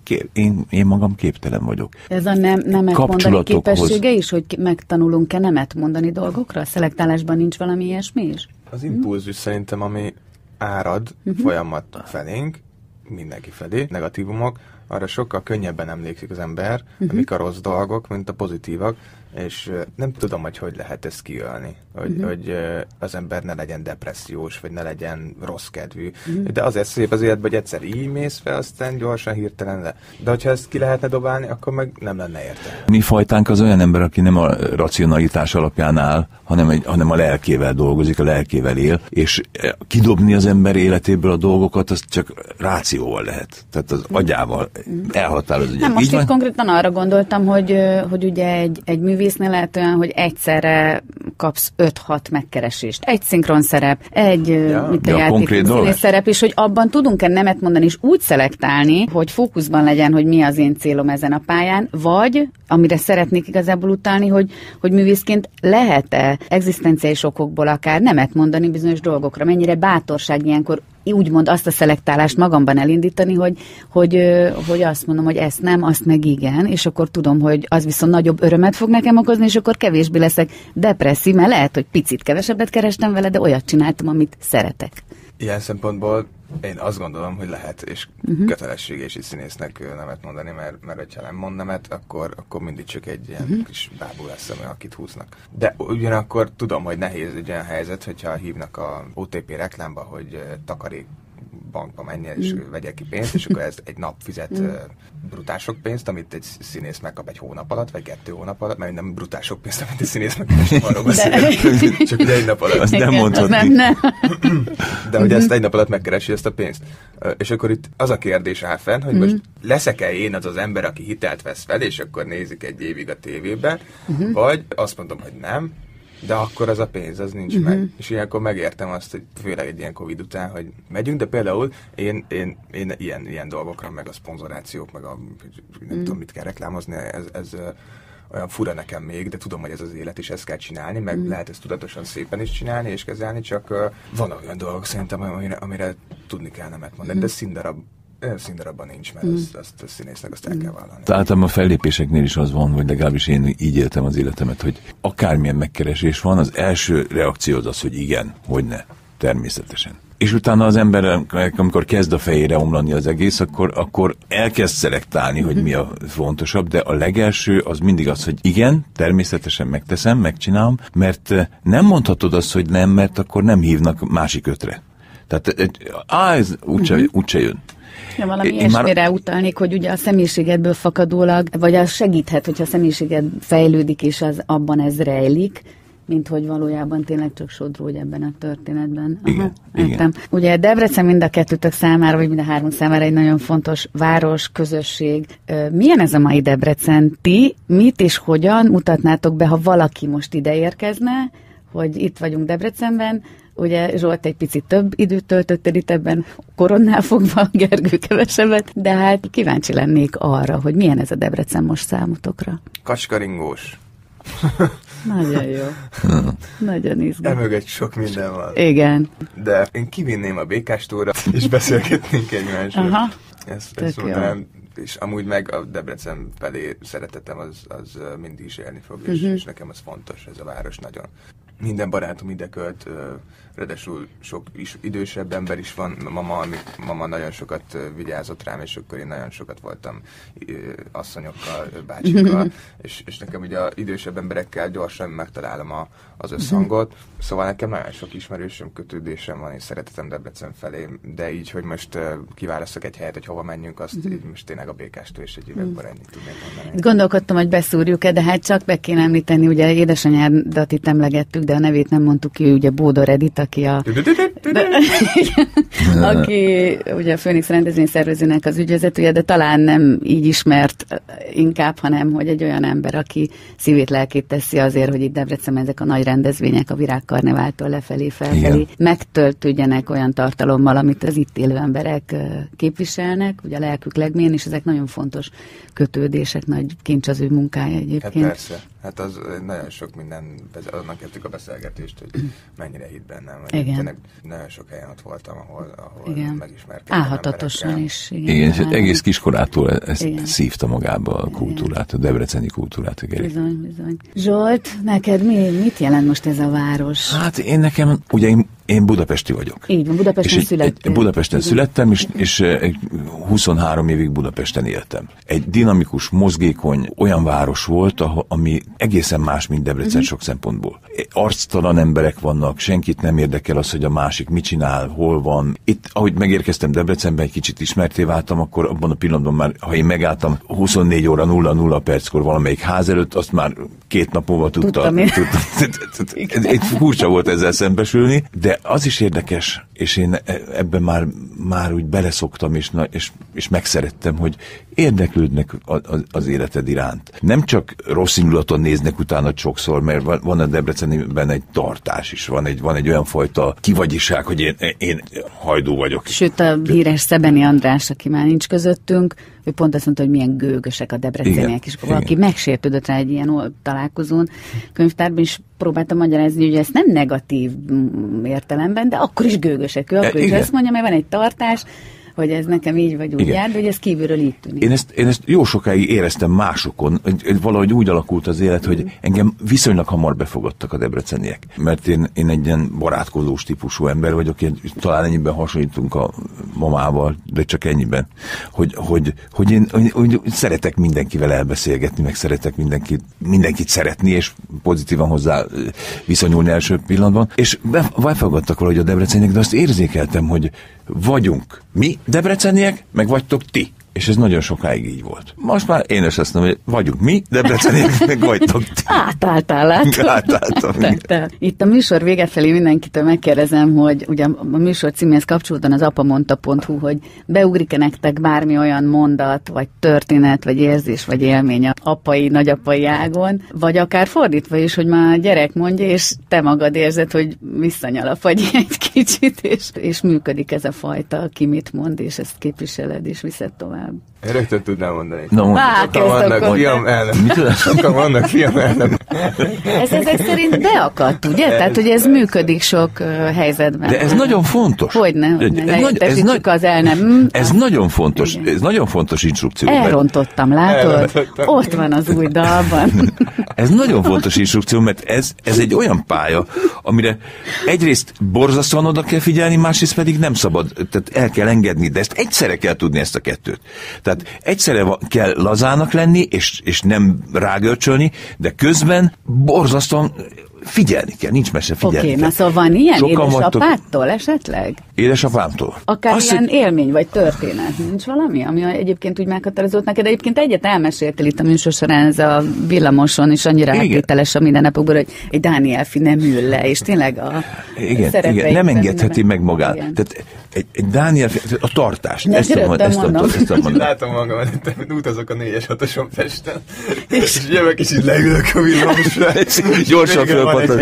én, én magam képtelen vagyok.
Ez a nem, nemet mondani képessége is, hogy megtanulunk-e nemet mondani dolgokra? A szelektálásban nincs valami ilyesmi is?
Az impulzus hm? szerintem, ami árad uh-huh. folyamat felénk, mindenki felé, negatívumok, arra sokkal könnyebben emlékszik az ember, uh-huh. amik a rossz dolgok, mint a pozitívak, és nem tudom, hogy hogy lehet ezt kiölni, hogy, uh-huh. hogy az ember ne legyen depressziós, vagy ne legyen rossz kedvű. Uh-huh. De azért szép az életben, hogy egyszer így mész fel, aztán gyorsan, hirtelen le. De hogyha ezt ki lehetne dobálni, akkor meg nem lenne értelme.
Mi fajtánk az olyan ember, aki nem a racionalitás alapján áll, hanem, egy, hanem a lelkével dolgozik, a lelkével él, és kidobni az ember életéből a dolgokat, az csak rációval lehet. Tehát az agyával elhatároz.
Nem, most itt konkrétan arra gondoltam, hogy, hogy ugye egy, egy művésznél lehet olyan, hogy egyszerre kapsz öt-hat megkeresést. Egy szinkron szerep, egy ja, mit a játék szerep, és hogy abban tudunk-e nemet mondani, és úgy szelektálni, hogy fókuszban legyen, hogy mi az én célom ezen a pályán, vagy, amire szeretnék igazából utalni, hogy, hogy művészként lehet-e egzisztenciális okokból akár nemet mondani bizonyos dolgokra. Mennyire bátorság ilyenkor úgymond azt a szelektálást magamban elindítani, hogy, hogy, hogy azt mondom, hogy ezt nem, azt meg igen, és akkor tudom, hogy az viszont nagyobb örömet fog nekem okozni, és akkor kevésbé leszek depresszív, mert lehet, hogy picit kevesebbet kerestem vele, de olyat csináltam, amit szeretek.
Ilyen szempontból én azt gondolom, hogy lehet, és uh-huh. kötelessége is színésznek nemet mondani, mert, mert ha nem mond nemet, akkor, akkor mindig csak egy ilyen uh-huh. kis bábú lesz, akit húznak. De ugyanakkor tudom, hogy nehéz egy olyan helyzet, hogyha hívnak a o té pé reklámba, hogy takarék bankba menjen és mm. vegyek ki pénzt, és akkor ez egy nap fizet mm. uh, brutál sok pénzt, amit egy színész megkap egy hónap alatt, vagy kettő hónap alatt, mert nem brutál sok pénzt, amit egy színész megkap, arról beszélünk, csak ugye egy nap alatt.
Azt nem mondhatni.
Nem, nem.
De hogy ezt egy nap alatt megkeresi ezt a pénzt. Uh, és akkor itt az a kérdés áll fenn, hogy mm. most leszek-e én az az ember, aki hitelt vesz fel, és akkor nézik egy évig a tévében, mm-hmm. vagy azt mondom, hogy nem, de akkor az a pénz, az nincs uh-huh. meg. És ilyenkor megértem azt, hogy főleg egy ilyen Covid után, hogy megyünk, de például én, én, én ilyen, ilyen dolgokra, meg a szponzorációk, meg a nem uh-huh. tudom, mit kell reklámozni, ez, ez olyan fura nekem még, de tudom, hogy ez az élet, és ezt kell csinálni, meg uh-huh. lehet ezt tudatosan szépen is csinálni, és kezelni, csak uh, van olyan dolgok szerintem, amire, amire tudni kell nemet mondani, uh-huh. de színdarab színdarabban nincs, mert mm. azt, azt a színésznek azt el kell vállalni.
Általában a fellépéseknél is az van, hogy legalábbis én így éltem az életemet, hogy akármilyen megkeresés van, az első reakció az az, hogy igen, hogy ne, természetesen. És utána az ember, amikor kezd a fejére omlani az egész, akkor, akkor elkezd szelektálni, hogy mi a fontosabb, de a legelső az mindig az, hogy igen, természetesen megteszem, megcsinálom, mert nem mondhatod azt, hogy nem, mert akkor nem hívnak másik ötre. Tehát á, ez úgyse, uh-huh. úgyse jön.
Ja, valami ilyesmire már... utalnék, hogy ugye a személyiségedből fakadólag, vagy az segíthet, hogyha a személyiséged fejlődik, és az abban ez rejlik, mint hogy valójában tényleg csak sodródj ebben a történetben. Aha,
igen,
értem.
igen. Ugye
Debrecen mind a kettőtök számára, vagy mind a három számára egy nagyon fontos város, közösség. Milyen ez a mai Debrecen? Ti mit és hogyan mutatnátok be, ha valaki most ide érkezne, hogy itt vagyunk Debrecenben? Ugye Zsolt egy picit több időt töltötted itt ebben koronnál fogva, Gergő kevesebbet, de hát kíváncsi lennék arra, hogy milyen ez a Debrecen most számotokra.
Kacskaringós.
Nagyon jó. Nagyon izgalmas.
Emögött sok minden van.
Igen.
De én kivinném a Békástóra, és beszélgetnénk egymásról.
Aha.
Ezt, ezt mondanám, és amúgy meg a Debrecen felé szeretetem az, az mindig is élni fog, és, uh-huh. és nekem az fontos, ez a város nagyon. minden barátom ide költ, ráadásul sok is, idősebb ember is van, mama, mama nagyon sokat vigyázott rám, és akkor én nagyon sokat voltam asszonyokkal, bácsikkal, és, és nekem ugye az idősebb emberekkel gyorsan megtalálom a, az összhangot, szóval nekem nagyon sok ismerősöm, kötődésem van, és szeretetem Debrecen felé, de így, hogy most uh, kiválasztok egy helyet, hogy hova menjünk, azt így most tényleg a Békástól és egy években ennyit tudnék mondani.
Gondolkodtam, hogy beszúrjuk-e, de hát csak be kéne említeni, ugye édesanyádat itt emlegettük, de a nevét nem mondtuk ki, ugye Bódor Edith, aki a de, aki ugye a Főnix rendezvényszervezőnek az ügyvezetője, de talán nem így ismert inkább, hanem hogy egy olyan ember, aki szívét, lelkét teszi azért, hogy itt Debrecenben ezek a nagy rendezvények a Virágkarneváltól lefelé, felfelé megtöltődjenek olyan tartalommal, amit az itt élő emberek képviselnek, ugye a lelkük legmélyen, és ezek nagyon fontos kötődések, nagy kincs az ő munkája egyébként.
Hát persze, hát az nagyon sok minden, annak kezdtük a beszélgetést, hogy mennyire hitt bennem, hogy tényleg nagyon sok helyen ott voltam, ahol, ahol megismerkedtem.
Álhatatosan is.
Igen, igen, és egész kiskorától ezt igen. szívta magába a kultúrát, a debreceni kultúrát. A
bizony, bizony. Zsolt, neked mi, mit jelent most ez a város?
Hát én nekem, ugye én Én budapesti vagyok.
Így van, Budapesten születtem.
Budapesten Igen. születtem, és, és huszonhárom évig Budapesten éltem. Egy dinamikus, mozgékony, olyan város volt, ami egészen más, mint Debrecen uh-huh. sok szempontból. Arctalan emberek vannak, senkit nem érdekel az, hogy a másik mit csinál, hol van. Itt, ahogy megérkeztem Debrecenbe, egy kicsit ismerté váltam, akkor abban a pillanatban már, ha én megálltam huszonnégy óra nulla nulla perckor valamelyik ház előtt, azt már két nap múlva tudta. Egy furcsa volt ezzel szembesülni, de az is érdekes, és én ebben már, már úgy beleszoktam, és, és, és megszerettem, hogy érdeklődnek az, az életed iránt. Nem csak rossz indulaton néznek utána sokszor, mert van, van a Debrecenben egy tartás is, van egy, van egy olyan fajta kivagyiság, hogy én, én hajdú vagyok.
Sőt, a híres Szebeni András, aki már nincs közöttünk, ő pont azt mondta, hogy milyen gőgösek a debreceniek, és akkor valaki megsértődött rá egy ilyen találkozón könyvtárban, és próbáltam magyarázni, hogy ez nem negatív értelemben, de akkor is gőgösek. Ő akkor is azt mondja, mert van egy tartás, hogy ez nekem így vagy úgy Igen. jár, de hogy ez kívülről így tűnik.
Én ezt, én ezt jó sokáig éreztem másokon, valahogy úgy alakult az élet, hogy engem viszonylag hamar befogadtak a debreceniek. Mert én, én egy ilyen barátkozós típusú ember vagyok, én, talán ennyiben hasonlítunk a mamával, de csak ennyiben, hogy, hogy, hogy én hogy, hogy szeretek mindenkivel elbeszélgetni, meg szeretek mindenkit, mindenkit szeretni, és pozitívan hozzá viszonyulni első pillanatban. És befogadtak valahogy a debreceniek, de azt érzékeltem, hogy vagyunk mi debreceniek, meg vagytok ti. És ez nagyon sokáig így volt. Most már én is azt mondom, hogy vagyunk mi, Debreceniek, meg vagytok ti.
Átálltál, látod?
Átálltam.
Itt a műsor vége felé mindenkitől megkérdezem, hogy ugye a műsor címéhez kapcsolódóan az apamondta pont hu, hogy beugrik-e nektek bármi olyan mondat, vagy történet, vagy érzés, vagy élmény a apai, nagyapai ágon, vagy akár fordítva is, hogy már a gyerek mondja, és te magad érzed, hogy visszanyalafagy egy kicsit, és, és működik ez a fajta, ki mit mond, és ezt képviseled, és viszed tovább.
Én rögtön tudnám mondani.
No,
sokan vannak fiam elnök. Sokan vannak fiam elnök.
Ez ezek szerint beakadt, ugye? Tehát, hogy ez működik sok uh, helyzetben.
De ez nagyon fontos.
Hogyne, hogy ne, ne értesítsük az el nem.
Ez nagyon fontos, Igen. ez nagyon fontos instrukció.
Elrontottam, látod? Ott van az új dalban.
Ez nagyon fontos instrukció, mert ez, ez egy olyan pálya, amire egyrészt borzasztóan oda kell figyelni, másrészt pedig nem szabad, tehát el kell engedni, de ezt egyszerre kell tudni, ezt a kettőt. Tehát egyszerre kell lazának lenni, és, és nem rágörcsölni, de közben borzasztóan figyelni kell, nincs mese figyelni.
Oké, okay, na szóval van ilyen édesapától esetleg?
Édesapámtól.
Akár Azt ilyen hogy... élmény vagy történet, nincs valami, ami egyébként úgy meghatározott neked, de egyébként egyet elmeséltél itt a műsor során, ez a villamoson, és annyira áttételes a mindennapokból, hogy egy Dánielfi nem ül le, és tényleg a
igen, igen, nem engedheti meg magát. Igen. Tehát egy, egy Dánielfi, a tartás. Ezt tudom, ezt tudom, ezt tudom.
Látom magam, hogy utazok a négyes hatoson Pesten, és jövök, és így leülök a villamosra.
Gyorsan fölpattan.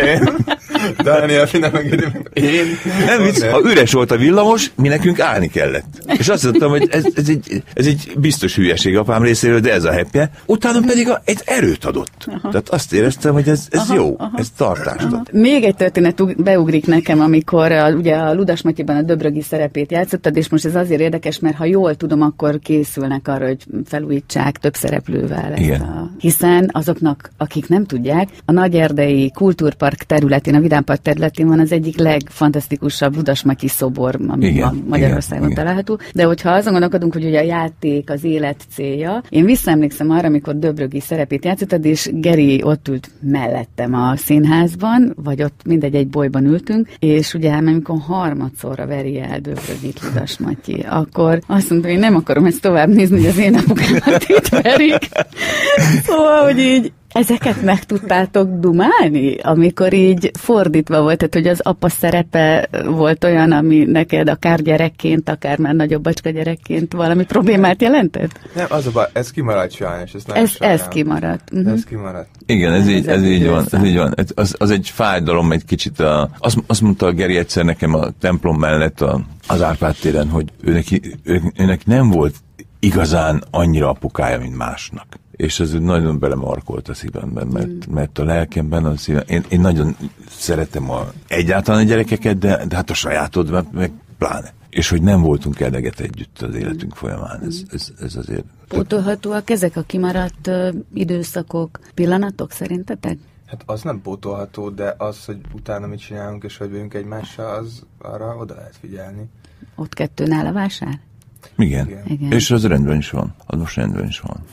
Dánielfi nem engedi meg. Én?
Nem vicc, ha üres volt a villamos, mi nekünk állni kellett. És azt mondtam, hogy ez, ez, egy, ez egy biztos hülyeség apám részéről, de ez a happy. Utána pedig a, egy erőt adott. Aha. Tehát azt éreztem, hogy ez, ez aha, jó, aha, ez tartást ad.
Még egy történet beugrik nekem, amikor a, ugye a Ludas Matyiban a Döbrögi szerepét játszottad, és most ez azért érdekes, mert ha jól tudom, akkor készülnek arra, hogy felújítsák több szereplővel. Ezt a, hiszen azoknak, akik nem tudják, a Nagyerdei Kultúra kultúrpark területén, a Vidámpark területén van az egyik legfantasztikusabb Ludasmatyi szobor, ami igen, Magyarországon igen, található. De hogyha azon gondolkodunk, hogy ugye a játék az élet célja, én visszaemlékszem arra, amikor Döbrögi szerepét játszottad, és Geri ott ült mellettem a színházban, vagy ott mindegy egy bolyban ültünk, és ugye amikor harmadszorra veri el Döbrögit Ludasmatyi, akkor azt mondtam, hogy nem akarom ezt tovább nézni, hogy az én apukámat itt verik. Szóval, hogy így ezeket meg tudtátok dumálni, amikor így fordítva volt, tehát hogy az apa szerepe volt olyan, ami neked akár gyerekként, akár már nagyobb bacska gyerekként valami problémát jelentett?
Nem, az a baj, ez kimaradt sajnos. Ez,
ez, ez kimaradt. Uh-huh.
Ez kimaradt.
Igen, ez, így, ez így van. Ez így van. Az, az egy fájdalom egy kicsit. A, azt, azt mondta a Geri egyszer nekem a templom mellett a, az Árpád téren, hogy őnek, ő, őnek nem volt igazán annyira apukája, mint másnak. És ez nagyon belemarkolt a szívemben, mert, mm. mert a lelkemben, a szívem, én, én nagyon szeretem a, egyáltalán a gyerekeket, de, de hát a sajátod, meg, meg pláne. És hogy nem voltunk eleget együtt az életünk mm. folyamán, ez, ez, ez azért...
Pótolhatóak ezek a kimaradt uh, időszakok, pillanatok szerintetek?
Hát az nem pótolható, de az, hogy utána mit csinálunk, és hogy vagyunk egymással, az arra oda lehet figyelni.
Ott kettőnál a vásár?
Igen. Igen. Igen. És az rendben is van. Az most rendben is van.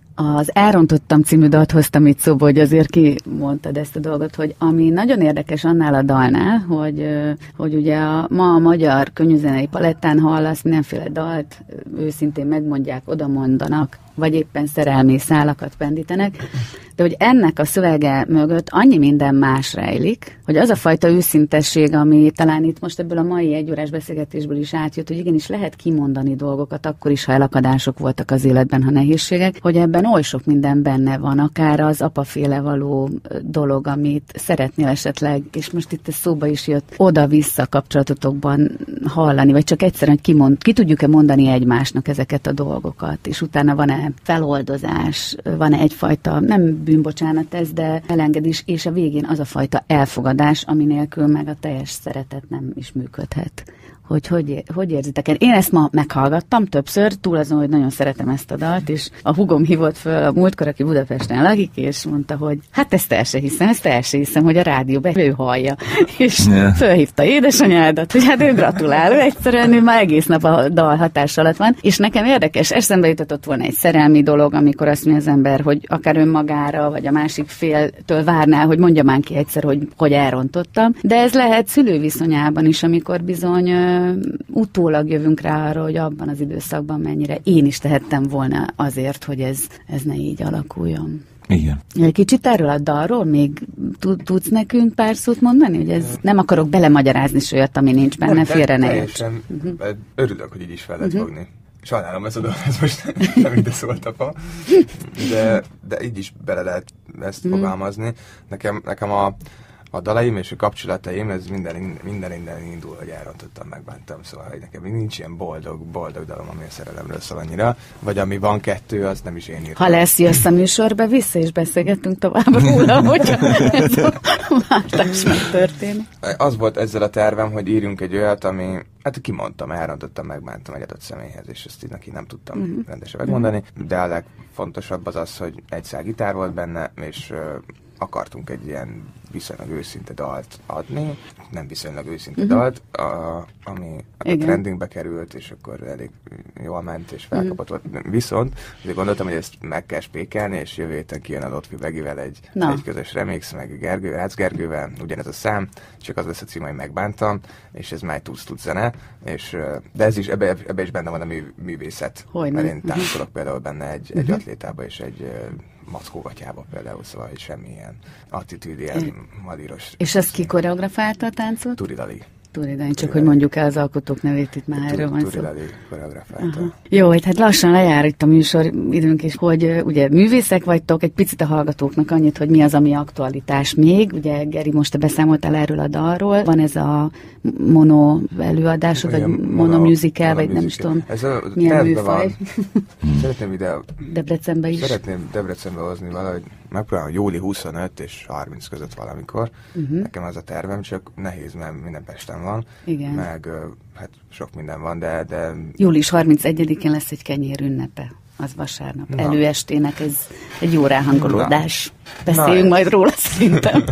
Az Elrontottam című dalt hoztam itt szóba, hogy azért kimondtad ezt a dolgot, hogy ami nagyon érdekes annál a dalnál, hogy, hogy ugye a, ma a magyar könnyűzenei palettán hallasz mindenféle dalt, őszintén megmondják, oda mondanak, vagy éppen szerelmi szálakat pendítenek, de hogy ennek a szövege mögött annyi minden más rejlik, hogy az a fajta őszintesség, ami talán itt most ebből a mai egyórás beszélgetésből is átjött, hogy igenis lehet kimondani dolgokat, akkor is, ha elakadások voltak az életben, ha nehézségek, hogy ebben oly sok minden benne van, akár az apaféle való dolog, amit szeretnél esetleg, és most itt ez szóba is jött, oda-vissza kapcsolatotokban hallani, vagy csak egyszerűen, hogy kimond, ki tudjuk-e mondani egymásnak ezeket a dolgokat, és utána van-e feloldozás, van-e egyfajta, nem bűnbocsánat ez, de elengedés, és a végén az a fajta elfogadás, ami nélkül meg a teljes szeretet nem is működhet. Hogy hogy, hogy érzitek el? Én ezt ma meghallgattam többször, túl azon, hogy nagyon szeretem ezt a dalt, és a hugom hívott föl a múltkor, aki Budapesten lakik, és mondta, hogy hát ezt el se hiszem, ezt el se hiszem, hogy a rádióban ő hallja. És yeah. fölhívta édesanyádat, hogy hát ő gratulál, ő egyszerűen ő már egész nap a dal hatás alatt van, és nekem érdekes, eszembe jutott volna egy szerelmi dolog, amikor azt mondja az ember, hogy akár önmagára, vagy a másik féltől várná, hogy mondja már ki egyszer, hogy, hogy elrontottam, de ez lehet szülőviszonyában is, amikor bizony utólag jövünk rá arra, hogy abban az időszakban mennyire én is tehettem volna azért, hogy ez, ez ne így alakuljon.
Igen.
Egy kicsit erről a dalról még tudsz nekünk pár szót mondani? Hogy ez nem akarok belemagyarázni olyat, ami nincs benne, félre ne érts.
Uh-huh. Örülök, hogy így is fel lehet uh-huh. fogni. Sajnálom ez a dolog, ez most nem ide szólt apa, de, de így is bele lehet ezt uh-huh. fogalmazni. Nekem, nekem a A dalaim és a kapcsolataim, ez minden, minden innen indul, hogy elrontottam, megbántam, szóval hogy nekem nincs ilyen boldog, boldog dalom, ami a szerelemről szól annyira, vagy ami van kettő, az nem is én írtam.
Ha lesz, jössz a műsorba vissza, és beszélgettünk tovább róla, hogyha ez a váltás megtörténik.
Az volt ezzel a tervem, hogy írjunk egy olyat, ami, hát kimondtam, elrontottam, megbántam egy adott személyhez, és ezt így neki nem tudtam uh-huh. rendesen megmondani, de a legfontosabb az az, hogy egy szál gitár volt benne, és uh, akartunk egy ilyen viszonylag őszinte dalt adni, nem viszonylag őszinte uh-huh. dalt, a, ami a trendingbe került, és akkor elég jól ment, és felkapott volt. Uh-huh. Viszont azért gondoltam, hogy ezt meg kell spékelni, és jövő héten kijön a Lotfi Begivel egy, egy közös remix, meg Gergő, Rácz Gergővel, ugyanez a szám, csak az lesz a cím, hogy megbántam, és ez már egy tudsz-tudsz zene, és, de ez is, ebbe, ebbe is benne van a mű, művészet. Hogy mert én táncolok uh-huh. például benne egy, egy uh-huh. atlétába, és egy mackógatyába például, szóval, hogy semmilyen attitűd, ilyen madíros.
És ezt ki koreografálta a táncot?
Turi Dali.
Turi Dali, csak hogy mondjuk el az alkotók nevét, itt már erről van szó.
Turi Dali koreografálta.
Jó, hát lassan lejár itt a műsor időnk is, hogy ugye művészek vagytok, egy picit a hallgatóknak annyit, hogy mi az, ami aktualitás még. Ugye Geri, most te beszámoltál erről a dalról. Van ez a mono előadásod, vagy mono musical, vagy nem is tudom,
ez a
milyen műfaj.
Szeretném ide
Debrecenbe is.
Szeretném Debrecenbe hozni valahogy, megpróbálom júli huszonöt és harminc között valamikor. Uh-huh. Nekem az a tervem, csak nehéz, mert minden Pesten van. Igen. Meg hát sok minden van, de... de...
július harmincegyedikén lesz egy kenyér ünnepe. az vasárnap. Na. Előestének ez egy jó ráhangolódás. Beszéljünk Na. majd róla szerintem.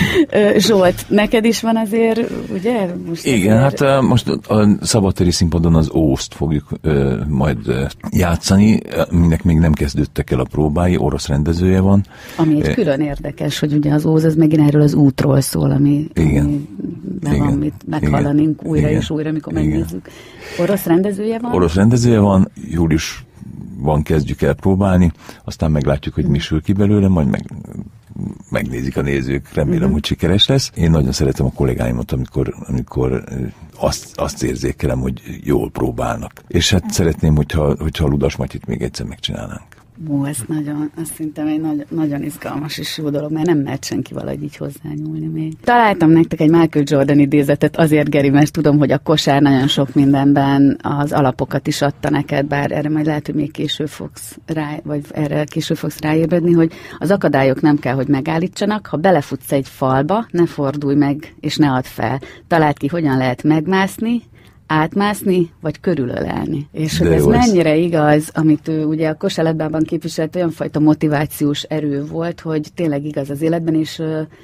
Zsolt, neked is van azért, ugye?
Most igen, azért... hát most a szabadtéri színpadon az Ózt fogjuk uh, majd uh, játszani, aminek még nem kezdődtek el a próbái, orosz rendezője van.
Ami egy uh, külön érdekes, hogy ugye az Óz az megint erről az útról szól, ami,
igen,
ami
igen,
van, mit meghallanunk
igen,
újra
igen,
és újra, amikor
igen.
megnézzük. Orosz rendezője van?
Orosz rendezője van, júliusban kezdjük el próbálni, aztán meglátjuk, hogy mi sül ki belőle, majd meg, megnézik a nézők, remélem, uh-huh. hogy sikeres lesz. Én nagyon szeretem a kollégáimat, amikor, amikor azt, azt érzékelem, hogy jól próbálnak. És hát szeretném, hogyha, hogyha a Ludas Matyit még egyszer megcsinálnánk.
Ó, ez nagyon, azt szerintem egy nagy, nagyon izgalmas és jó dolog, mert nem mert senki valahogy így hozzányúlni még. Találtam nektek egy Michael Jordan idézetet, azért, Geri, mert tudom, hogy a kosár nagyon sok mindenben az alapokat is adta neked, bár erre majd lehet, hogy még később fogsz rá, vagy erre később fogsz ráébredni, hogy az akadályok nem kell, hogy megállítsanak, ha belefutsz egy falba, ne fordulj meg, és ne add fel. Találd ki, hogyan lehet megmászni, átmászni, vagy körülölelni. És hogy ez az. mennyire igaz, amit ő ugye a kosárlabdában képviselt, olyan fajta motivációs erő volt, hogy tényleg igaz az életben, és,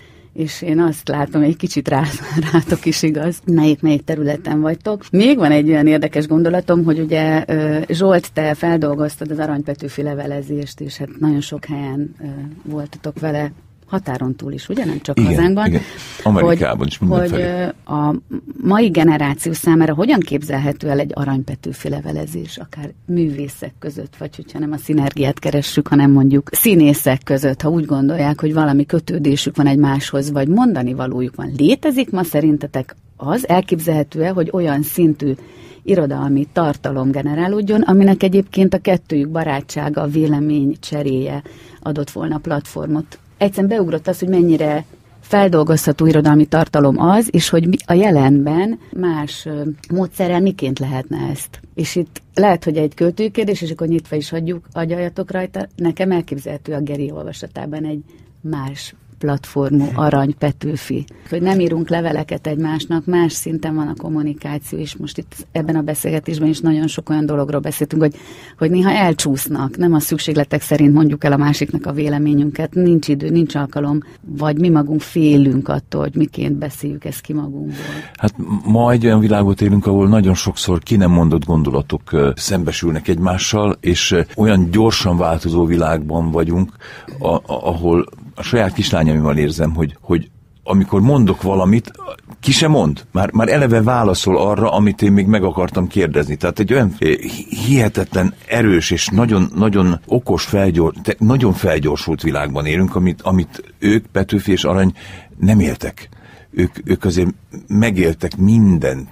és én azt látom, egy kicsit rá, rátok is igaz, melyik-melyik területen vagytok. Még van egy olyan érdekes gondolatom, hogy ugye Zsolt, te feldolgoztad az Arany Petőfi levelezést, és hát nagyon sok helyen voltatok vele, határon túl is, ugye? Nem csak
igen,
hazánkban.
Igen. Amerikában
hogy,
is mindenfelé.
Hogy a mai generáció számára hogyan képzelhető el egy Arany Petőfi levelezés, akár művészek között, vagy hogyha nem a szinergiát keressük, hanem mondjuk színészek között, ha úgy gondolják, hogy valami kötődésük van egymáshoz, vagy mondani valójuk van. Létezik ma szerintetek az, elképzelhető-e, hogy olyan szintű irodalmi tartalom generálódjon, aminek egyébként a kettőjük barátsága, vélemény cseréje adott volna platformot? Egyszerűen beugrott az, hogy mennyire feldolgozható irodalmi tartalom az, és hogy a jelenben más módszerrel miként lehetne ezt. És itt lehet, hogy egy költői kérdés, és akkor nyitva is hagyjuk, agyaljatok rajta. Nekem elképzelhető a Geri olvasatában egy más platformú Arany Petőfi. Hogy nem írunk leveleket egymásnak, más szinten van a kommunikáció, és most itt ebben a beszélgetésben is nagyon sok olyan dologról beszéltünk, hogy, hogy néha elcsúsznak, nem a szükségletek szerint mondjuk el a másiknak a véleményünket, nincs idő, nincs alkalom, vagy mi magunk félünk attól, hogy miként beszéljük ezt ki magunkból.
Hát ma egy olyan világot élünk, ahol nagyon sokszor ki nem mondott gondolatok uh, szembesülnek egymással, és uh, olyan gyorsan változó világban vagyunk, a, a, ahol a saját kislányommal érzem, hogy, hogy amikor mondok valamit, ki sem mond. Már, már eleve válaszol arra, amit én még meg akartam kérdezni. Tehát egy olyan hihetetlen erős és nagyon, nagyon okos, felgyors, nagyon felgyorsult világban élünk, amit, amit ők, Petőfi és Arany nem éltek. Ők, ők azért megéltek minden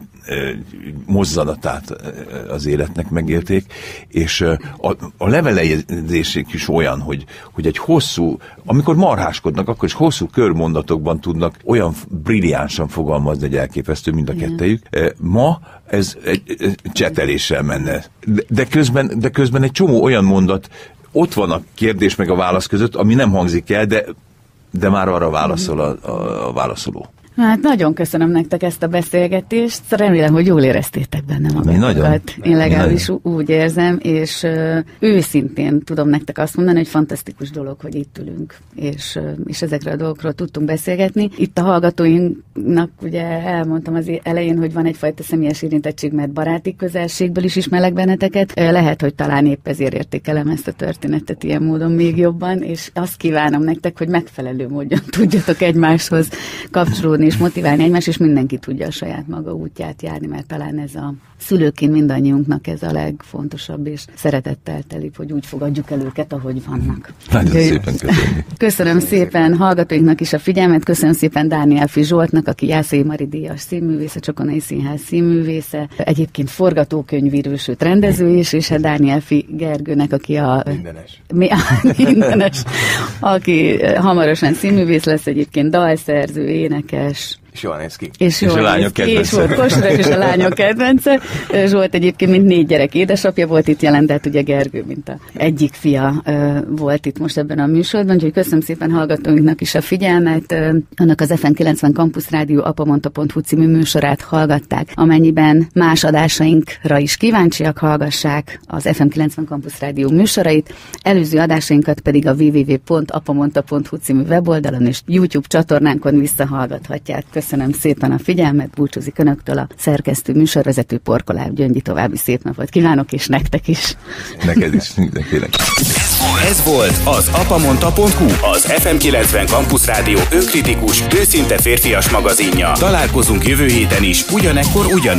mozzanatát az életnek megélték, és a, a levelezésük is olyan, hogy, hogy egy hosszú, amikor marháskodnak, akkor is hosszú körmondatokban tudnak olyan brilliánsan fogalmazni, egy elképesztő mind a kettejük. Ma ez egy cseteléssel menne. De, de, közben, de közben egy csomó olyan mondat, ott van a kérdés meg a válasz között, ami nem hangzik el, de, de már arra válaszol a, a, a válaszoló.
Hát nagyon köszönöm nektek ezt a beszélgetést, remélem, hogy jól éreztétek benne magatokat. Én legalábbis úgy érzem, és uh, őszintén tudom nektek azt mondani, hogy fantasztikus dolog, hogy itt ülünk, és, uh, és ezekről a dolgokról tudtunk beszélgetni. Itt a hallgatóinknak ugye elmondtam az elején, hogy van egyfajta személyes érintettség, mert baráti közelségből is ismerlek benneteket. Uh, lehet, hogy talán épp ezért értékelem ezt a történetet ilyen módon még jobban, és azt kívánom nektek, hogy megfelelő módon tudjatok egymáshoz kapcsolódni, és motiválni egymást, és mindenki tudja a saját maga útját járni, mert talán ez a szülőként mindannyiunknak ez a legfontosabb, és szeretettel telibb, hogy úgy fogadjuk el őket, ahogy vannak.
Nagyon Jöjj. szépen köszönjük.
Köszönöm szépen hallgatóinknak is a figyelmet, köszönöm szépen Dánielfi Zsoltnak, aki Jászai Mari díjas színművésze, Csokonai Színház színművésze, egyébként forgatókönyvíró, sőt rendező is, és a Dánielfi Gergőnek, aki a...
Mindenes.
Mi, a mindenes, aki hamarosan színművész lesz, egyébként dalszerző, énekes,
És jól néz ki.
És,
és a lányok kedvence.
És volt kosaras, és a lányok kedvence. Zsolt egyébként mint négy gyerek édesapja volt itt jelen, de hát ugye Gergő, mint a egyik fia volt itt most ebben a műsorban, úgyhogy köszönöm szépen hallgatóinknak is a figyelmet. Önök az ef em kilencven Campus Rádió apamondta pont hu című műsorát hallgatták. Amennyiben más adásainkra is kíváncsiak, hallgassák az ef em kilencven Campus Rádió műsorait, előző adásainkat pedig a double-u double-u double-u pont apamondta pont hu című weboldalon és YouTube csatornánkon visszahallgathatják. Köszönöm szépen a figyelmet, búcsúzik önöktől a szerkesztő műsorvezető Porkoláb Gyöngyi, további szép napot kívánok, és nektek is.
Neked is, mindenkinek.
Ez volt az apamondta pont hu, az ef em kilencven Campus Rádió önkritikus, őszinte férfias magazinja. Találkozunk jövő héten is, ugyanekkor ugyan